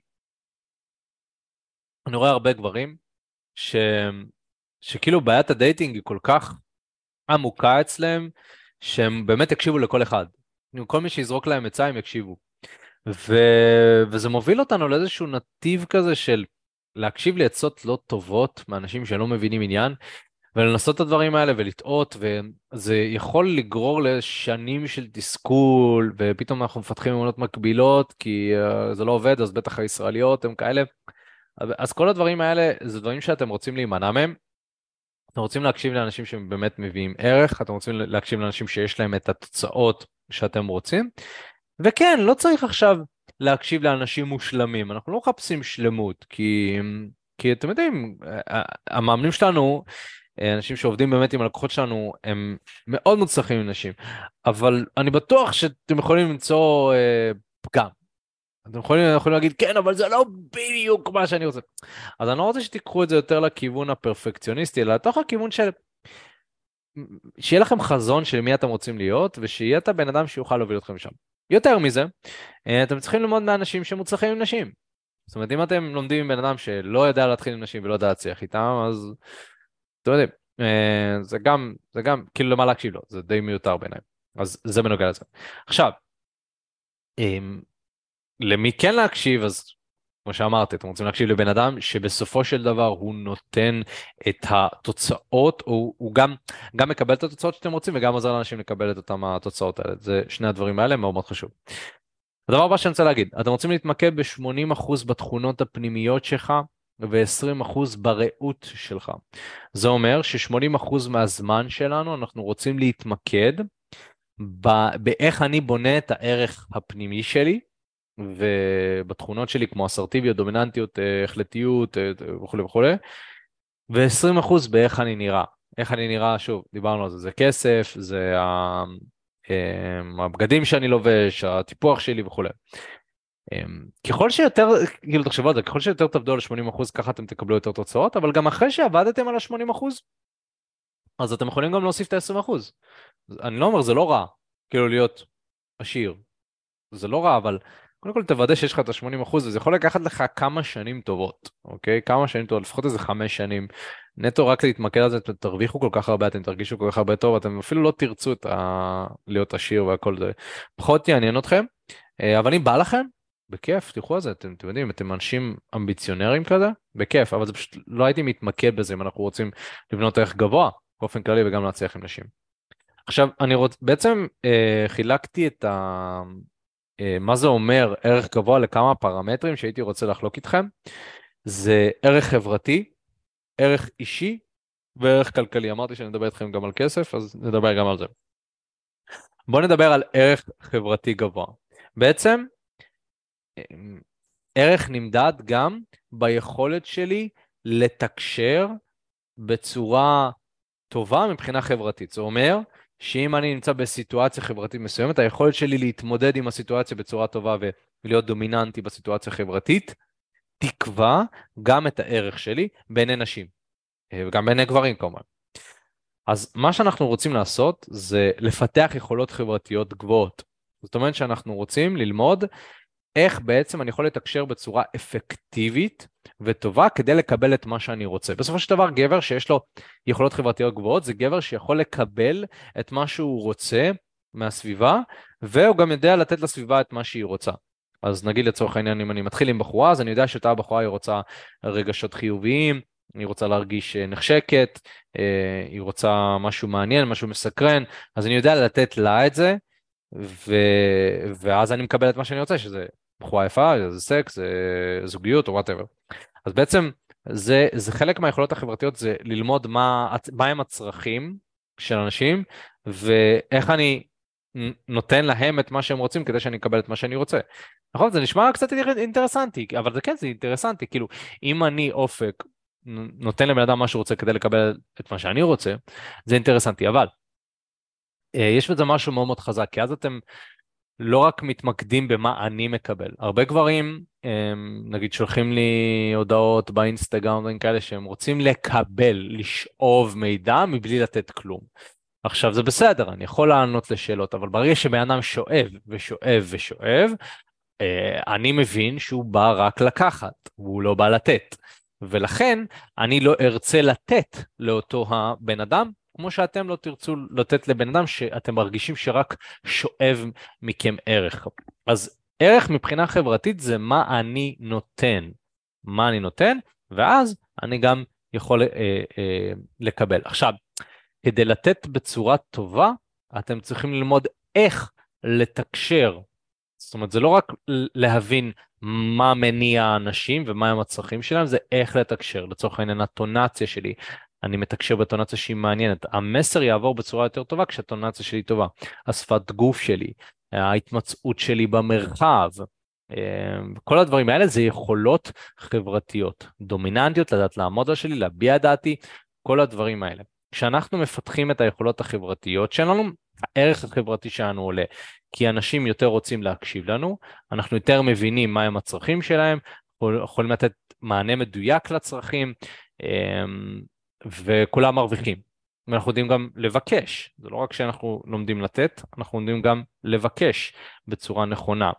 אני רואה הרבה גברים ש... שכאילו בעיית הדייטינג היא כל כך עמוקה אצלם, שהם באמת יקשיבו לכל אחד. כל מי שיזרוק להם עצה הם יקשיבו. ו... וזה מוביל אותנו לאיזשהו נתיב כזה של להקשיב לעצות לא טובות מאנשים שלא מבינים עניין, ולנסות את הדברים האלה ולטעות, וזה יכול לגרור לשנים של תסכול, ופתאום אנחנו מפתחים אמונות מקבילות, כי uh, זה לא עובד, אז בטח הישראליות הם כאלה. אז כל הדברים האלה זה דברים שאתם רוצים להימנע מהם. אתם רוצים להקשיב לאנשים שהם באמת מביאים ערך, אתם רוצים להקשיב לאנשים שיש להם את התוצאות שאתם רוצים, וכן, לא צריך עכשיו להקשיב לאנשים מושלמים, אנחנו לא מחפשים שלמות, כי, כי אתם יודעים, המאמנים שלנו, אנשים שעובדים באמת עם הלקוחות שלנו, הם מאוד מוצלחים עם נשים, אבל אני בטוח שאתם יכולים למצוא אה, פגם. אתם יכולים, יכולים להגיד, כן, אבל זה לא בדיוק מה שאני רוצה. אז אני לא רוצה שתיקחו את זה יותר לכיוון הפרפקציוניסטי, אלא לתוך הכיוון של שיהיה לכם חזון של מי אתם רוצים להיות, ושיהיה את הבן אדם שיוכל להוביל אתכם שם. יותר מזה, אתם צריכים ללמוד מאנשים שמוצלחים עם נשים. זאת אומרת, אם אתם לומדים עם בן אדם שלא יודע להתחיל עם נשים ולא יודע להצליח איתם, אז אתם יודעים, זה גם, זה גם, כאילו למה להקשיב לו, זה די מיותר בעיניי. אז זה בנוגע לזה. עכשיו, למי כן להקשיב, אז כמו שאמרתי, אתם רוצים להקשיב לבן אדם שבסופו של דבר הוא נותן את התוצאות, או הוא גם, גם מקבל את התוצאות שאתם רוצים וגם עוזר לאנשים לקבל את אותם התוצאות האלה. זה שני הדברים האלה מאוד מאוד חשוב. הדבר הבא שאני רוצה להגיד, אתם רוצים להתמקד ב-שמונים אחוז בתכונות הפנימיות שלך ו-עשרים אחוז בראות שלך. זה אומר ש-שמונים אחוז מהזמן שלנו אנחנו רוצים להתמקד ב- באיך אני בונה את הערך הפנימי שלי, ובתכונות שלי כמו אסרטיביות, דומיננטיות, החלטיות וכו' וכו', ו-עשרים אחוז באיך אני נראה. איך אני נראה, שוב, דיברנו על זה, זה כסף, זה הבגדים שאני לובש, הטיפוח שלי וכו'. ככל שיותר, כאילו תחשבו על זה, ככל שיותר תעבדו על שמונים אחוז, ככה אתם תקבלו יותר תוצאות, אבל גם אחרי שעבדתם על ה-שמונים אחוז, אז אתם יכולים גם להוסיף את ה-עשרים אחוז. אני לא אומר, זה לא רע, כאילו להיות עשיר. זה לא רע, אבל קודם כל תוודא שיש לך את ה-שמונים אחוז, וזה יכול לקחת לך כמה שנים טובות, אוקיי? כמה שנים טובות, לפחות איזה חמש שנים. נטו רק להתמקד על זה, אתם תרוויחו כל כך הרבה, אתם תרגישו כל כך הרבה טוב, אתם אפילו לא תרצו את ה... להיות עשיר והכל זה. פחות יעניין אתכם, אבל אם בא לכם, בכיף, תלכו על זה, אתם, אתם יודעים, אתם אנשים אמביציונרים כזה, בכיף, אבל זה פשוט, לא הייתי מתמקד בזה אם אנחנו רוצים לבנות ערך גבוה, באופן כללי, וגם להצליח עם נשים. עכשיו, אני רוצ... בעצם אה, חילקתי את ה... מה זה אומר ערך גבוה לכמה פרמטרים שהייתי רוצה לחלוק איתכם. זה ערך חברתי, ערך אישי וערך כלכלי. אמרתי שאני אדבר איתכם גם על כסף, אז נדבר גם על זה. בואו נדבר על ערך חברתי גבוה. בעצם, ערך נמדד גם ביכולת שלי לתקשר בצורה טובה מבחינה חברתית. זה אומר שאם אני נמצא בסיטואציה חברתית מסוימת, היכולת שלי להתמודד עם הסיטואציה בצורה טובה ולהיות דומיננטי בסיטואציה חברתית, תקבע גם את הערך שלי בעיני נשים, וגם בעיני גברים כמובן. אז מה שאנחנו רוצים לעשות זה לפתח יכולות חברתיות גבוהות. זאת אומרת שאנחנו רוצים ללמוד איך בעצם אני יכול לתקשר בצורה אפקטיבית וטובה כדי לקבל את מה שאני רוצה. בסופו של דבר, גבר שיש לו יכולות חברתיות גבוהות, זה גבר שיכול לקבל את מה שהוא רוצה מהסביבה, והוא גם יודע לתת לסביבה את מה שהיא רוצה. אז נגיד לצורך העניין, אם אני מתחיל עם בחורה, אז אני יודע שאותה בחורה היא רוצה רגשות חיוביים, היא רוצה להרגיש נחשקת, היא רוצה משהו מעניין, משהו מסקרן, אז אני יודע לתת לה את זה, ו... ואז אני מקבל את מה שאני רוצה, שזה בחורה יפה, זה סקס, זה זוגיות או whatever. אז בעצם זה, זה חלק מהיכולות החברתיות, זה ללמוד מה, מה הם הצרכים של אנשים, ואיך אני נותן להם את מה שהם רוצים כדי שאני אקבל את מה שאני רוצה. נכון? זה נשמע קצת אינטרסנטי, אבל זה כן, זה אינטרסנטי. כאילו, אם אני אופק נותן לבן אדם מה שהוא רוצה כדי לקבל את מה שאני רוצה, זה אינטרסנטי. אבל אה, יש בזה משהו מאוד מאוד חזק, כי אז אתם לא רק מתמקדים במה אני מקבל. הרבה גברים, הם, נגיד, שולחים לי הודעות באינסטגרם, דברים כאלה שהם רוצים לקבל, לשאוב מידע מבלי לתת כלום. עכשיו זה בסדר, אני יכול לענות לשאלות, אבל ברגע שבן אדם שואב ושואב ושואב, אה, אני מבין שהוא בא רק לקחת, והוא לא בא לתת. ולכן אני לא ארצה לתת לאותו הבן אדם, כמו שאתם לא תרצו לתת לבן אדם שאתם מרגישים שרק שואב מכם ערך. אז ערך מבחינה חברתית זה מה אני נותן. מה אני נותן, ואז אני גם יכול אה, אה, לקבל. עכשיו, כדי לתת בצורה טובה, אתם צריכים ללמוד איך לתקשר. זאת אומרת, זה לא רק להבין מה מניע האנשים ומה הם הצרכים שלהם, זה איך לתקשר. לצורך העניין, הטונציה שלי, אני מתקשר בטונציה שהיא מעניינת. המסר יעבור בצורה יותר טובה כשהטונציה שלי טובה. השפת גוף שלי, ההתמצאות שלי במרחב, כל הדברים האלה זה יכולות חברתיות, דומיננטיות, לדעת לעמוד על שלי, להביע דעתי, כל הדברים האלה. כשאנחנו מפתחים את היכולות החברתיות שלנו, הערך החברתי שלנו עולה, כי אנשים יותר רוצים להקשיב לנו, אנחנו יותר מבינים מהם הצרכים שלהם, יכולים לתת מענה מדויק לצרכים, וכולם מרוויחים. ואנחנו יודעים גם לבקש, זה לא רק שאנחנו לומדים לתת, אנחנו לומדים גם לבקש בצורה נכונה.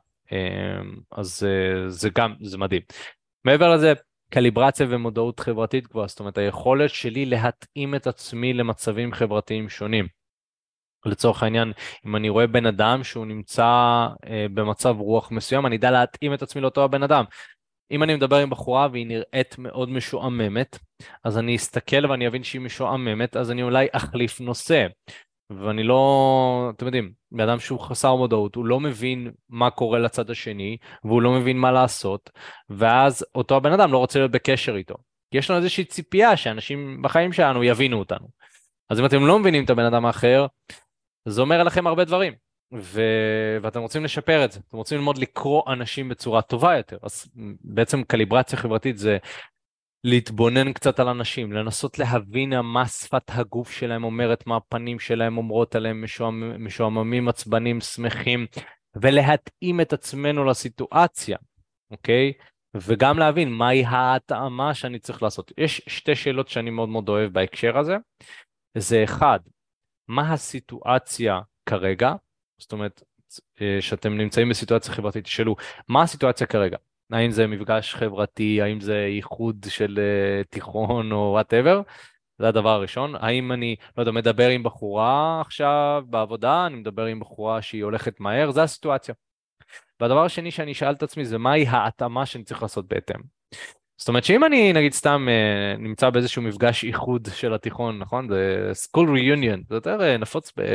אז זה גם, זה מדהים. מעבר לזה, קליברציה ומודעות חברתית גבוהה, זאת אומרת, היכולת שלי להתאים את עצמי למצבים חברתיים שונים. לצורך העניין, אם אני רואה בן אדם שהוא נמצא אה, במצב רוח מסוים, אני יודע להתאים את עצמי לאותו הבן אדם. אם אני מדבר עם בחורה והיא נראית מאוד משועממת, אז אני אסתכל ואני אבין שהיא משועממת, אז אני אולי אחליף נושא. ואני לא, אתם יודעים, באדם שהוא חסר מודעות, הוא לא מבין מה קורה לצד השני, והוא לא מבין מה לעשות, ואז אותו הבן אדם לא רוצה להיות בקשר איתו. יש לנו איזושהי ציפייה שאנשים בחיים שלנו יבינו אותנו. אז אם אתם לא מבינים את הבן אדם האחר, זה אומר לכם הרבה דברים, ו... ואתם רוצים לשפר את זה, אתם רוצים ללמוד לקרוא אנשים בצורה טובה יותר, אז בעצם קליברציה חברתית זה להתבונן קצת על אנשים, לנסות להבין מה שפת הגוף שלהם אומרת, מה הפנים שלהם אומרות עליהם, משועממים, משועממים, עצבנים, שמחים, ולהתאים את עצמנו לסיטואציה, אוקיי? וגם להבין מהי ההתאמה שאני צריך לעשות. יש שתי שאלות שאני מאוד מאוד אוהב בהקשר הזה. זה אחד, מה הסיטואציה כרגע? זאת אומרת, שאתם נמצאים בסיטואציה חברתית, תשאלו, מה הסיטואציה כרגע? האם זה מפגש חברתי, האם זה ייחוד של uh, תיכון או whatever? זה הדבר הראשון. האם אני, לא יודע, מדבר עם בחורה עכשיו בעבודה, אני מדבר עם בחורה שהיא הולכת מהר, זה הסיטואציה. והדבר השני שאני אשאל את עצמי זה מהי ההתאמה שאני צריך לעשות בהתאם. זאת אומרת שאם אני נגיד סתם uh, נמצא באיזשהו מפגש איחוד של התיכון, נכון? זה school reunion, זה יותר uh, נפוץ ב...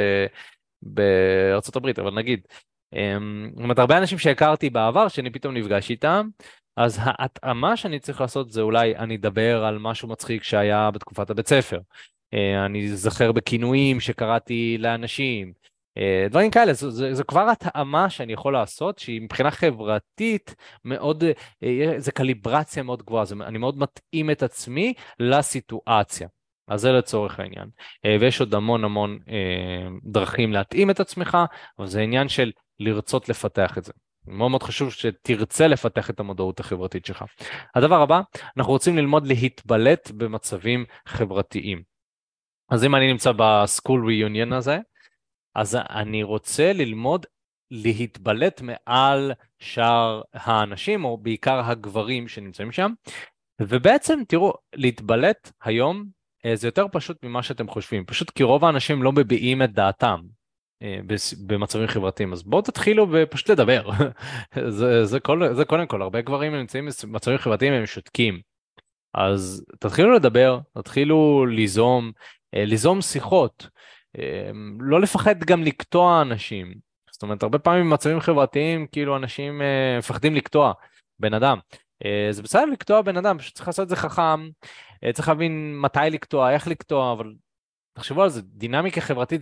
בארצות הברית, אבל נגיד, זאת אומרת, הרבה אנשים שהכרתי בעבר, שאני פתאום נפגש איתם, אז ההתאמה שאני צריך לעשות זה אולי אני אדבר על משהו מצחיק שהיה בתקופת הבית ספר, אני זכר בכינויים שקראתי לאנשים, דברים כאלה, זה, זה, זה כבר התאמה שאני יכול לעשות, שהיא מבחינה חברתית מאוד, זה קליברציה מאוד גבוהה, זה, אני מאוד מתאים את עצמי לסיטואציה. אז זה לצורך העניין. ויש עוד המון המון אה, דרכים להתאים את עצמך, אבל זה עניין של לרצות לפתח את זה. מאוד מאוד חשוב שתרצה לפתח את המודעות החברתית שלך. הדבר הבא, אנחנו רוצים ללמוד להתבלט במצבים חברתיים. אז אם אני נמצא בסקול ריוניון הזה, אז אני רוצה ללמוד להתבלט מעל שאר האנשים, או בעיקר הגברים שנמצאים שם. ובעצם, תראו, להתבלט היום, זה יותר פשוט ממה שאתם חושבים, פשוט כי רוב האנשים לא מביעים את דעתם במצבים חברתיים, אז בואו תתחילו ופשוט לדבר. זה, זה, כל, זה קודם כל, הרבה גברים נמצאים במצבים חברתיים, הם שותקים. אז תתחילו לדבר, תתחילו ליזום, ליזום שיחות, לא לפחד גם לקטוע אנשים. זאת אומרת, הרבה פעמים במצבים חברתיים, כאילו אנשים מפחדים לקטוע בן אדם. זה בסדר לקטוע בן אדם, פשוט צריך לעשות את זה חכם, צריך להבין מתי לקטוע, איך לקטוע, אבל תחשבו על זה, דינמיקה חברתית זה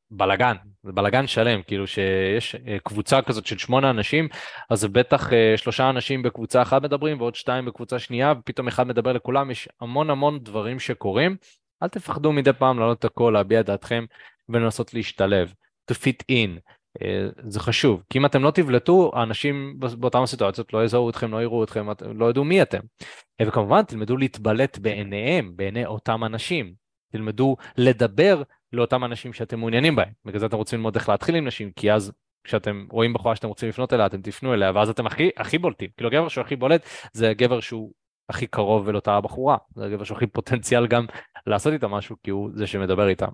בלגן, זה בלגן שלם, כאילו שיש אה, קבוצה כזאת של שמונה אנשים, אז זה בטח אה, שלושה אנשים בקבוצה אחת מדברים ועוד שתיים בקבוצה שנייה, ופתאום אחד מדבר לכולם, יש המון המון דברים שקורים. אל תפחדו מדי פעם להעלות את הקול, להביע את דעתכם ולנסות להשתלב, to fit in. אה, זה חשוב, כי אם אתם לא תבלטו, האנשים באותן הסיטואציות לא יזהו אתכם, לא יראו אתכם, לא ידעו מי אתם. אה, וכמובן תלמדו להתבלט בעיניהם, בעיני אותם אנשים. תלמדו לדבר לאותם אנשים שאתם מעוניינים בהם. בגלל זה אתם רוצים ללמוד איך להתחיל עם נשים, כי אז כשאתם רואים בחורה שאתם רוצים לפנות אליה, אתם תפנו אליה, ואז אתם הכי, הכי בולטים. כאילו הגבר שהוא הכי בולט, זה הגבר שהוא הכי קרוב אל אותה הבחורה. זה הגבר שהוא הכי פוטנציאל גם לעשות איתה משהו, כי הוא זה שמדבר איתה.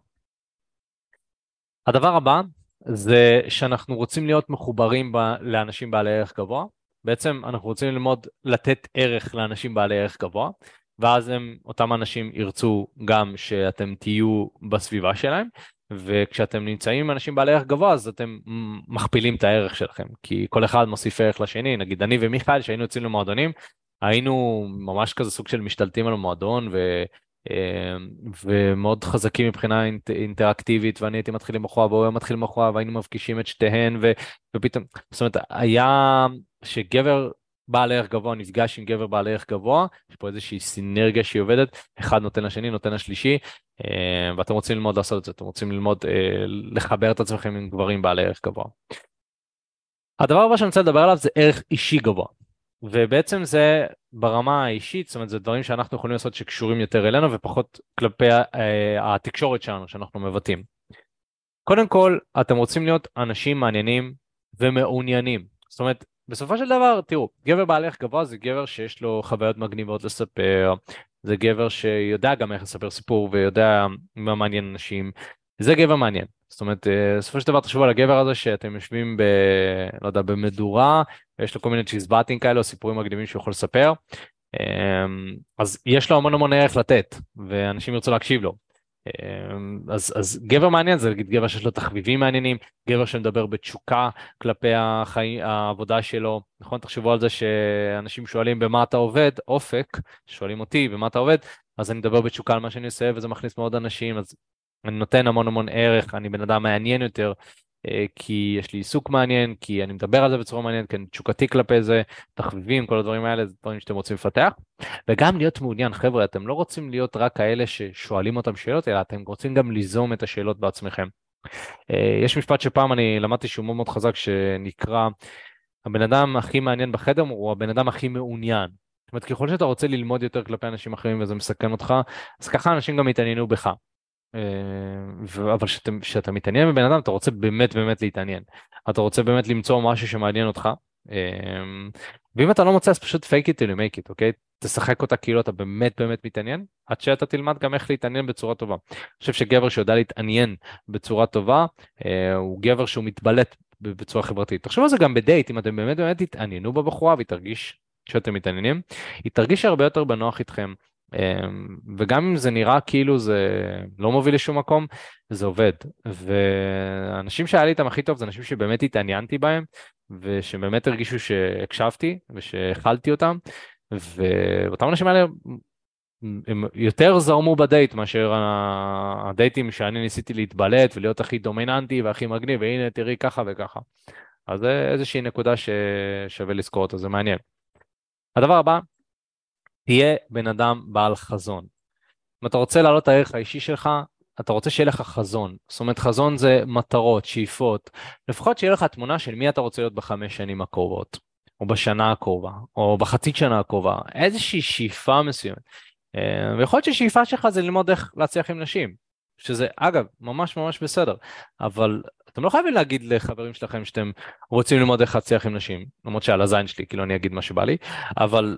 הדבר הבא זה שאנחנו רוצים להיות מחוברים ב, לאנשים בעלי ערך גבוה. בעצם אנחנו רוצים ללמוד לתת ערך לאנשים בעלי ערך גבוה, ואז הם, אותם אנשים ירצו גם שאתם תהיו בסביבה שלהם, וכשאתם נמצאים עם אנשים בעלי ערך גבוה, אז אתם מכפילים את הערך שלכם, כי כל אחד מוסיף ערך לשני. נגיד אני ומיכאל, שהיינו יוצאים למועדונים, היינו ממש כזה סוג של משתלטים על המועדון, ו... ומאוד חזקים מבחינה אינט, אינטראקטיבית, ואני הייתי מתחיל עם בחורה והוא היה מתחיל עם בחורה והיינו מפגישים את שתיהן, ו, ופתאום, זאת אומרת, היה שגבר בעל ערך גבוה נפגש עם גבר בעל ערך גבוה, יש פה איזושהי סינרגיה שהיא עובדת, אחד נותן לשני, נותן לשלישי, ואתם רוצים ללמוד לעשות את זה, אתם רוצים ללמוד לחבר את עצמכם עם גברים בעלי ערך גבוה. הדבר הבא שאני רוצה לדבר עליו זה ערך אישי גבוה. ובעצם זה ברמה האישית, זאת אומרת, זה דברים שאנחנו יכולים לעשות שקשורים יותר אלינו ופחות כלפי אה, התקשורת שלנו שאנחנו מבטאים. קודם כל, אתם רוצים להיות אנשים מעניינים ומעוניינים. זאת אומרת, בסופו של דבר, תראו, גבר בעל ערך גבוה זה גבר שיש לו חוויות מגניבות לספר, זה גבר שיודע גם איך לספר סיפור ויודע מה מעניין אנשים, זה גבר מעניין. זאת אומרת, בסופו של דבר תחשבו על הגבר הזה שאתם יושבים ב... לא יודע, במדורה, ויש לו כל מיני צ'יזבטים כאלה או סיפורים מגניבים שהוא יכול לספר, אז יש לו המון המון ערך לתת, ואנשים ירצו להקשיב לו. אז, אז גבר מעניין זה להגיד גבר שיש לו תחביבים מעניינים, גבר שמדבר בתשוקה כלפי החיים, העבודה שלו, נכון? תחשבו על זה שאנשים שואלים במה אתה עובד, אופק, שואלים אותי במה אתה עובד, אז אני מדבר בתשוקה על מה שאני עושה וזה מכניס מאוד אנשים, אז אני נותן המון המון ערך, אני בן אדם מעניין יותר, כי יש לי עיסוק מעניין, כי אני מדבר על זה בצורה מעניינת, כי אני תשוקתי כלפי זה, תחביבים, כל הדברים האלה, זה דברים שאתם רוצים לפתח. וגם להיות מעוניין, חבר'ה, אתם לא רוצים להיות רק כאלה ששואלים אותם שאלות, אלא אתם רוצים גם ליזום את השאלות בעצמכם. יש משפט שפעם אני למדתי שהוא מאוד מאוד חזק, שנקרא, הבן אדם הכי מעניין בחדר הוא הבן אדם הכי מעוניין. זאת אומרת, ככל שאתה רוצה ללמוד יותר כלפי אנשים אחרים וזה מסכן אותך, אז ככה אנשים גם יתעניינו בך. אבל כשאתה מתעניין בבן אדם, אתה רוצה באמת באמת להתעניין. אתה רוצה באמת למצוא משהו שמעניין אותך. ואם אתה לא מוצא, אז פשוט fake it till you make it, אוקיי? תשחק אותה כאילו אתה באמת באמת מתעניין, עד שאתה תלמד גם איך להתעניין בצורה טובה. אני חושב שגבר שיודע להתעניין בצורה טובה, הוא גבר שהוא מתבלט בצורה חברתית. תחשבו על זה גם בדייט, אם אתם באמת באמת תתעניינו בבחורה והיא תרגיש שאתם מתעניינים, היא תרגיש הרבה יותר בנוח איתכם. וגם אם זה נראה כאילו זה לא מוביל לשום מקום, זה עובד. ואנשים שהיה לי איתם הכי טוב זה אנשים שבאמת התעניינתי בהם, ושבאמת הרגישו שהקשבתי ושהכלתי אותם, ואותם אנשים האלה הם יותר זרמו בדייט מאשר הדייטים שאני ניסיתי להתבלט ולהיות הכי דומיננטי והכי מגניב, והנה תראי ככה וככה. אז זה איזושהי נקודה ששווה לזכור אותה, זה מעניין. הדבר הבא, תהיה בן אדם בעל חזון. אם אתה רוצה להעלות את הערך האישי שלך, אתה רוצה שיהיה לך חזון. זאת אומרת, חזון זה מטרות, שאיפות. לפחות שיהיה לך תמונה של מי אתה רוצה להיות בחמש שנים הקרובות, או בשנה הקרובה, או בחצי שנה הקרובה. איזושהי שאיפה מסוימת. ויכול להיות ששאיפה שלך זה ללמוד איך להצליח עם נשים. שזה, אגב, ממש ממש בסדר. אבל אתם לא חייבים להגיד לחברים שלכם שאתם רוצים ללמוד איך להצליח עם נשים. למרות שעל הזין שלי, כאילו אני אגיד מה שבא לי. אבל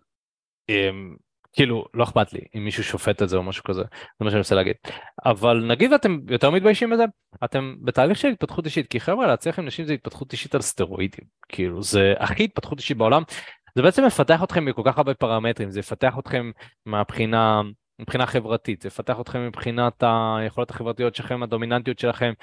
כאילו, לא אכפת לי אם מישהו שופט את זה או משהו כזה, זה מה שאני רוצה להגיד. אבל נגיד ואתם יותר מתביישים בזה, אתם בתהליך של התפתחות אישית, כי חבר'ה, להצליח עם נשים זה התפתחות אישית על סטרואידים, כאילו, זה הכי התפתחות אישית בעולם, זה בעצם מפתח אתכם בכל כך הרבה פרמטרים, זה יפתח אתכם מהבחינה, מבחינה חברתית, זה יפתח אתכם מבחינת היכולות החברתיות שלכם, הדומיננטיות שלכם,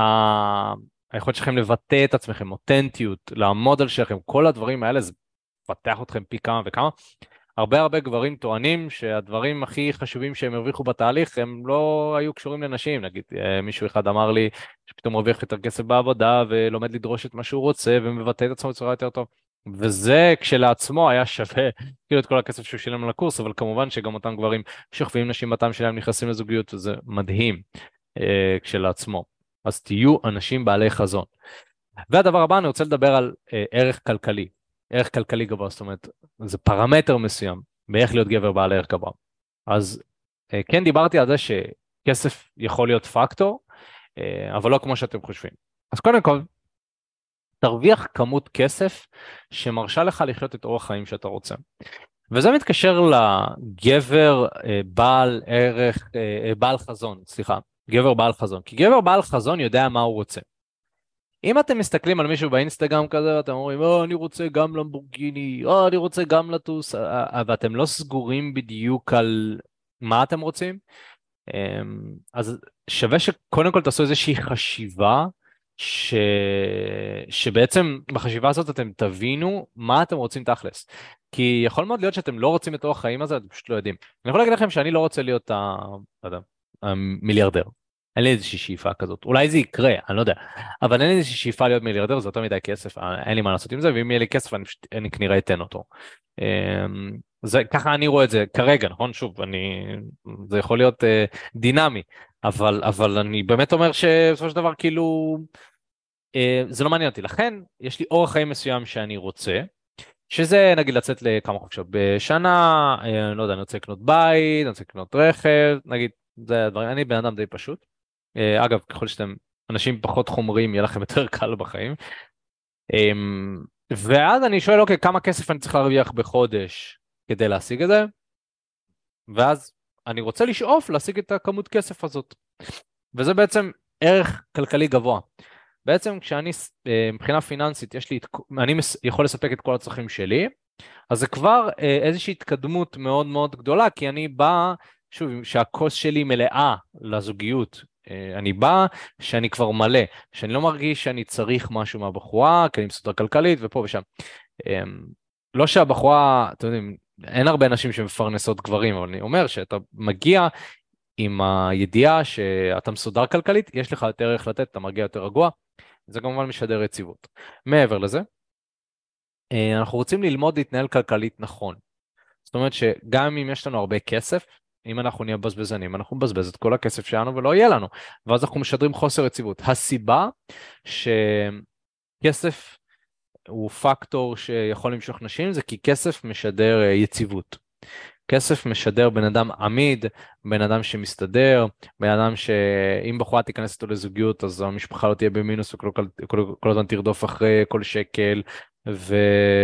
היכולת שלכם לבטא את עצמכם, אותנטיות, לעמוד על שלכם, כל הדברים האלה, זה יפתח אתכם פי כמה וכמה. הרבה הרבה גברים טוענים שהדברים הכי חשובים שהם הרוויחו בתהליך הם לא היו קשורים לנשים. נגיד, אה, מישהו אחד אמר לי שפתאום הוא הרוויח יותר כסף בעבודה ולומד לדרוש את מה שהוא רוצה ומבטא את עצמו בצורה יותר טוב. וזה כשלעצמו היה שווה כאילו את כל הכסף שהוא שילם על הקורס, אבל כמובן שגם אותם גברים שוכבים נשים בתם שלהם נכנסים לזוגיות, וזה מדהים אה, כשלעצמו. אז תהיו אנשים בעלי חזון. והדבר הבא, אני רוצה לדבר על אה, ערך כלכלי. ערך כלכלי גבוה, זאת אומרת, זה פרמטר מסוים באיך להיות גבר בעל ערך גבוה. אז אה, כן דיברתי על זה שכסף יכול להיות פקטור, אה, אבל לא כמו שאתם חושבים. אז קודם כל, תרוויח כמות כסף שמרשה לך לחיות את אורח חיים שאתה רוצה. וזה מתקשר לגבר אה, בעל ערך, אה, אה, בעל חזון, סליחה, גבר בעל חזון. כי גבר בעל חזון יודע מה הוא רוצה. אם אתם מסתכלים על מישהו באינסטגרם כזה, ואתם אומרים, או, אני רוצה גם למבורגיני, או, אני רוצה גם לטוס, ואתם לא סגורים בדיוק על מה אתם רוצים, אמ, אז שווה שקודם כל תעשו איזושהי חשיבה, ש... שבעצם בחשיבה הזאת אתם תבינו מה אתם רוצים תכלס. כי יכול מאוד להיות שאתם לא רוצים את אורח החיים הזה, אתם פשוט לא יודעים. אני יכול להגיד לכם שאני לא רוצה להיות ה... לא יודע, המיליארדר. אין לי איזושהי שאיפה כזאת. אולי זה יקרה, אני לא יודע. אבל אין לי איזושהי שאיפה להיות מיליארדר, זה יותר מדי כסף, אין לי מה לעשות עם זה, ואם יהיה לי כסף אני פשוט אני כנראה אתן אותו. אמ, זה, ככה אני רואה את זה כרגע, נכון? שוב, אני, זה יכול להיות uh, דינמי, אבל, אבל אני באמת אומר שבסופו של דבר כאילו, uh, זה לא מעניין אותי. לכן, יש לי אורח חיים מסוים שאני רוצה, שזה נגיד לצאת לכמה חופשות בשנה, uh, לא יודע, אני רוצה לקנות בית, אני רוצה לקנות רכב, נגיד, זה הדברים, אני בן אדם די פשוט. Uh, אגב, ככל שאתם אנשים פחות חומריים, יהיה לכם יותר קל בחיים. Um, ואז אני שואל, אוקיי, כמה כסף אני צריך להרוויח בחודש כדי להשיג את זה? ואז אני רוצה לשאוף להשיג את הכמות כסף הזאת. וזה בעצם ערך כלכלי גבוה. בעצם כשאני, מבחינה פיננסית, יש לי, אני יכול לספק את כל הצרכים שלי, אז זה כבר איזושהי התקדמות מאוד מאוד גדולה, כי אני בא, שוב, שהכוס שלי מלאה לזוגיות. אני בא שאני כבר מלא, שאני לא מרגיש שאני צריך משהו מהבחורה, כי אני מסודר כלכלית ופה ושם. לא שהבחורה, אתם יודעים, אין הרבה נשים שמפרנסות גברים, אבל אני אומר שאתה מגיע עם הידיעה שאתה מסודר כלכלית, יש לך יותר ערך לתת, אתה מגיע יותר רגוע, זה כמובן משדר יציבות. מעבר לזה, אנחנו רוצים ללמוד להתנהל כלכלית נכון. זאת אומרת שגם אם יש לנו הרבה כסף, אם אנחנו נהיה בזבזנים, אנחנו נבזבז את כל הכסף שלנו ולא יהיה לנו, ואז אנחנו משדרים חוסר יציבות. הסיבה שכסף הוא פקטור שיכול למשוך נשים, זה כי כסף משדר יציבות. כסף משדר בן אדם עמיד, בן אדם שמסתדר, בן אדם שאם בחורה תיכנס איתו לזוגיות, אז המשפחה לא תהיה במינוס, וכל כל, כל, כל הזמן תרדוף אחרי כל שקל, ו...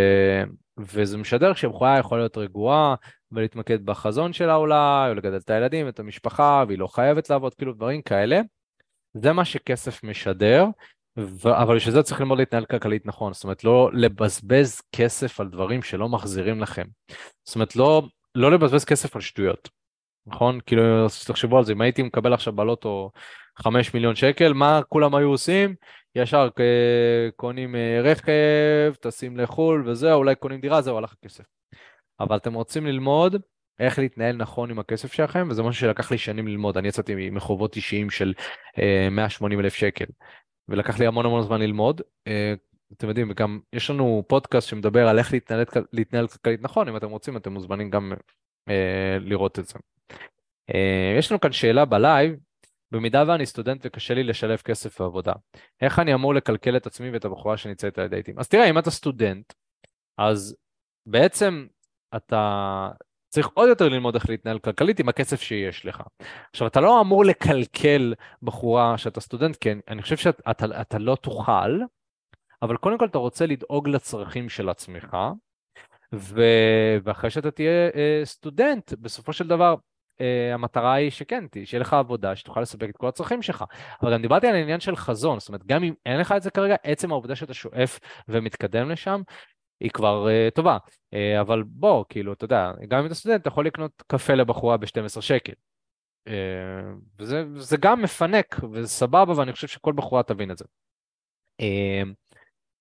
וזה משדר שבחורה יכול להיות רגועה, ולהתמקד בחזון שלה אולי, או לגדל את הילדים, את המשפחה, והיא לא חייבת לעבוד, כאילו דברים כאלה. זה מה שכסף משדר, ו... אבל בשביל זה צריך ללמוד להתנהל כלכלית נכון, זאת אומרת לא לבזבז כסף על דברים שלא מחזירים לכם. זאת אומרת לא, לא לבזבז כסף על שטויות, נכון? כאילו תחשבו על זה, אם הייתי מקבל עכשיו בלוטו חמש מיליון שקל, מה כולם היו עושים? ישר קונים רכב, טסים לחול וזהו, אולי קונים דירה, זהו, הלך הכסף. אבל אתם רוצים ללמוד איך להתנהל נכון עם הכסף שלכם, וזה משהו שלקח לי שנים ללמוד. אני יצאתי מחובות אישיים של אה, מאה ושמונים אלף שקל, ולקח לי המון המון זמן ללמוד. אה, אתם יודעים, וגם יש לנו פודקאסט שמדבר על איך להתנהל, להתנהל כלכלית נכון, אם אתם רוצים, אתם מוזמנים גם אה, לראות את זה. אה, יש לנו כאן שאלה בלייב, במידה ואני סטודנט וקשה לי לשלב כסף ועבודה, איך אני אמור לקלקל את עצמי ואת הבחורה שנמצאת על הדייטים? אז תראה, אם אתה סטודנט, אז בעצם אתה צריך עוד יותר ללמוד איך להתנהל כלכלית עם הכסף שיש לך. עכשיו, אתה לא אמור לקלקל בחורה שאתה סטודנט, כן, אני חושב שאתה אתה, אתה לא תוכל, אבל קודם כל אתה רוצה לדאוג לצרכים של עצמך, ו... ואחרי שאתה תהיה אה, סטודנט, בסופו של דבר, אה, המטרה היא שכן, שיהיה לך עבודה, שתוכל לספק את כל הצרכים שלך. אבל גם דיברתי על העניין של חזון, זאת אומרת, גם אם אין לך את זה כרגע, עצם העובדה שאתה שואף ומתקדם לשם, היא כבר uh, טובה, uh, אבל בוא, כאילו, אתה יודע, גם אם אתה סטודנט, אתה יכול לקנות קפה לבחורה ב-שנים עשר שקל. Uh, וזה, וזה גם מפנק, וזה סבבה, ואני חושב שכל בחורה תבין את זה. Uh,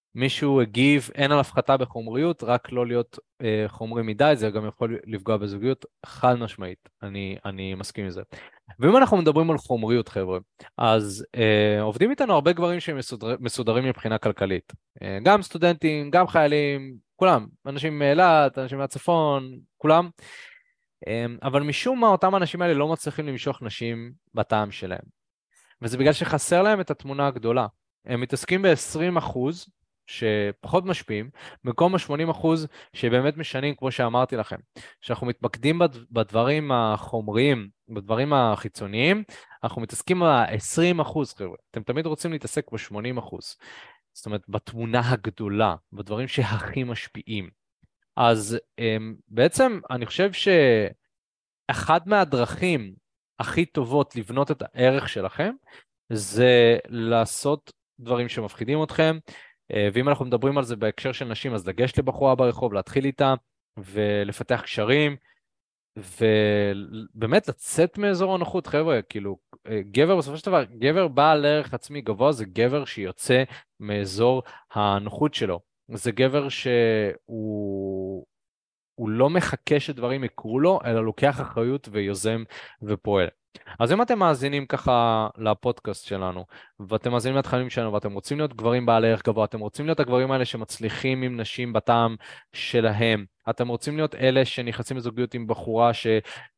מישהו הגיב, אין על הפחתה בחומריות, רק לא להיות אה, חומרי מדי, זה גם יכול לפגוע בזוגיות, חד משמעית, אני, אני מסכים עם זה. ואם אנחנו מדברים על חומריות, חבר'ה, אז אה, עובדים איתנו הרבה גברים שהם מסודר, מסודרים מבחינה כלכלית. אה, גם סטודנטים, גם חיילים, כולם, אנשים מאילת, אנשים מהצפון, כולם. אה, אבל משום מה, אותם האנשים האלה לא מצליחים למשוך נשים בטעם שלהם. וזה בגלל שחסר להם את התמונה הגדולה. הם מתעסקים ב-עשרים אחוז שפחות משפיעים, במקום ה-שמונים אחוז שבאמת משנים, כמו שאמרתי לכם. שאנחנו מתמקדים בד- בדברים החומריים, בדברים החיצוניים, אנחנו מתעסקים ב-עשרים אחוז, חבר'ה. אתם תמיד רוצים להתעסק ב-שמונים אחוז. זאת אומרת, בתמונה הגדולה, בדברים שהכי משפיעים. אז אמ, בעצם אני חושב שאחד מהדרכים הכי טובות לבנות את הערך שלכם, זה לעשות דברים שמפחידים אתכם, אה, ואם אנחנו מדברים על זה בהקשר של נשים, אז לגשת לבחורה ברחוב, להתחיל איתה ולפתח קשרים, ובאמת לצאת מאזור הנוחות, חבר'ה, כאילו, אה, גבר בסופו של דבר, גבר בעל ערך עצמי גבוה, זה גבר שיוצא מאזור הנוחות שלו. זה גבר שהוא הוא לא מחכה שדברים יקרו לו, אלא לוקח אחריות ויוזם ופועל. אז אם אתם מאזינים ככה לפודקאסט שלנו, ואתם מאזינים לתכנים שלנו, ואתם רוצים להיות גברים בעלי ערך גבוה, אתם רוצים להיות הגברים האלה שמצליחים עם נשים בטעם שלהם, אתם רוצים להיות אלה שנכנסים לזוגיות עם בחורה ש,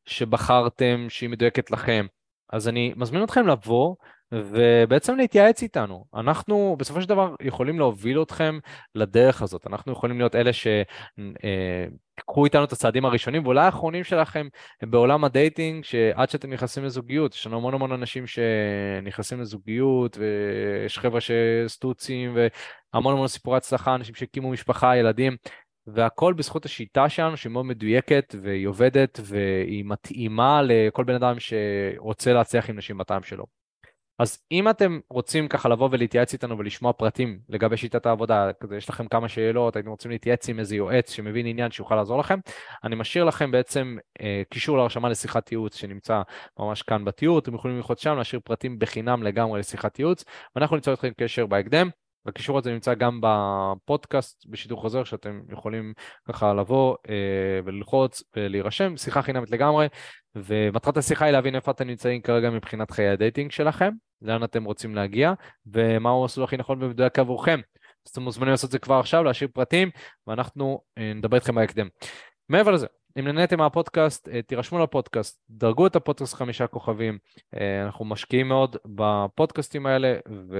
שבחרתם שהיא מדויקת לכם, אז אני מזמין אתכם לבוא ובעצם להתייעץ איתנו. אנחנו בסופו של דבר יכולים להוביל אתכם לדרך הזאת. אנחנו יכולים להיות אלה ש... אה, תיקחו איתנו את הצעדים הראשונים, ואולי האחרונים שלכם הם בעולם הדייטינג, שעד שאתם נכנסים לזוגיות, יש לנו המון המון אנשים שנכנסים לזוגיות, ויש חבר'ה שסטוצים, והמון המון סיפורי הצלחה, אנשים שהקימו משפחה, ילדים, והכל בזכות השיטה שלנו, שהיא מאוד מדויקת, והיא עובדת, והיא מתאימה לכל בן אדם שרוצה להצליח עם נשים בטעם שלו. אז אם אתם רוצים ככה לבוא ולהתייעץ איתנו ולשמוע פרטים לגבי שיטת העבודה, כזה יש לכם כמה שאלות, אתם רוצים להתייעץ עם איזה יועץ שמבין עניין שיוכל לעזור לכם, אני משאיר לכם בעצם אה, קישור להרשמה לשיחת ייעוץ שנמצא ממש כאן בתיאור, אתם יכולים ללחוץ שם, להשאיר פרטים בחינם לגמרי לשיחת ייעוץ, ואנחנו ניצור אתכם קשר בהקדם. הקישור הזה נמצא גם בפודקאסט בשידור חוזר, שאתם יכולים ככה לבוא אה, וללחוץ ולהירשם, שיחה חינמית לגמרי, ומטרת השיחה היא להבין איפה אתם נמצאים כרגע מבחינת חיי הדייטינג שלכם, לאן אתם רוצים להגיע, ומהו המסלול הכי נכון ומדויק עבורכם. אז אתם מוזמנים לעשות את זה כבר עכשיו, להשאיר פרטים, ואנחנו אה, נדבר איתכם בהקדם. מעבר לזה, אם נהניתם מהפודקאסט, אה, תירשמו לפודקאסט, דרגו את הפודקאסט חמישה כוכבים, אה, אנחנו משקיעים מאוד בפודקאסטים האלה,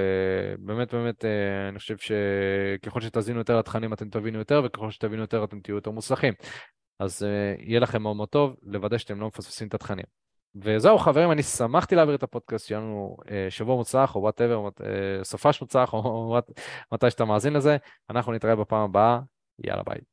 ובאמת באמת אה, אני חושב שככל שתזינו יותר לתכנים אתם תבינו יותר, וככל שתבינו יותר אתם תהיו יותר מוצלחים. אז uh, יהיה לכם מאוד מאוד טוב לוודא שאתם לא מפספסים את התכנים. וזהו חברים, אני שמחתי להעביר את הפודקאסט שלנו uh, שבוע מוצלח או וואטאבר, uh, סופש מוצלח או מתי שאתה מאזין לזה. אנחנו נתראה בפעם הבאה, יאללה ביי.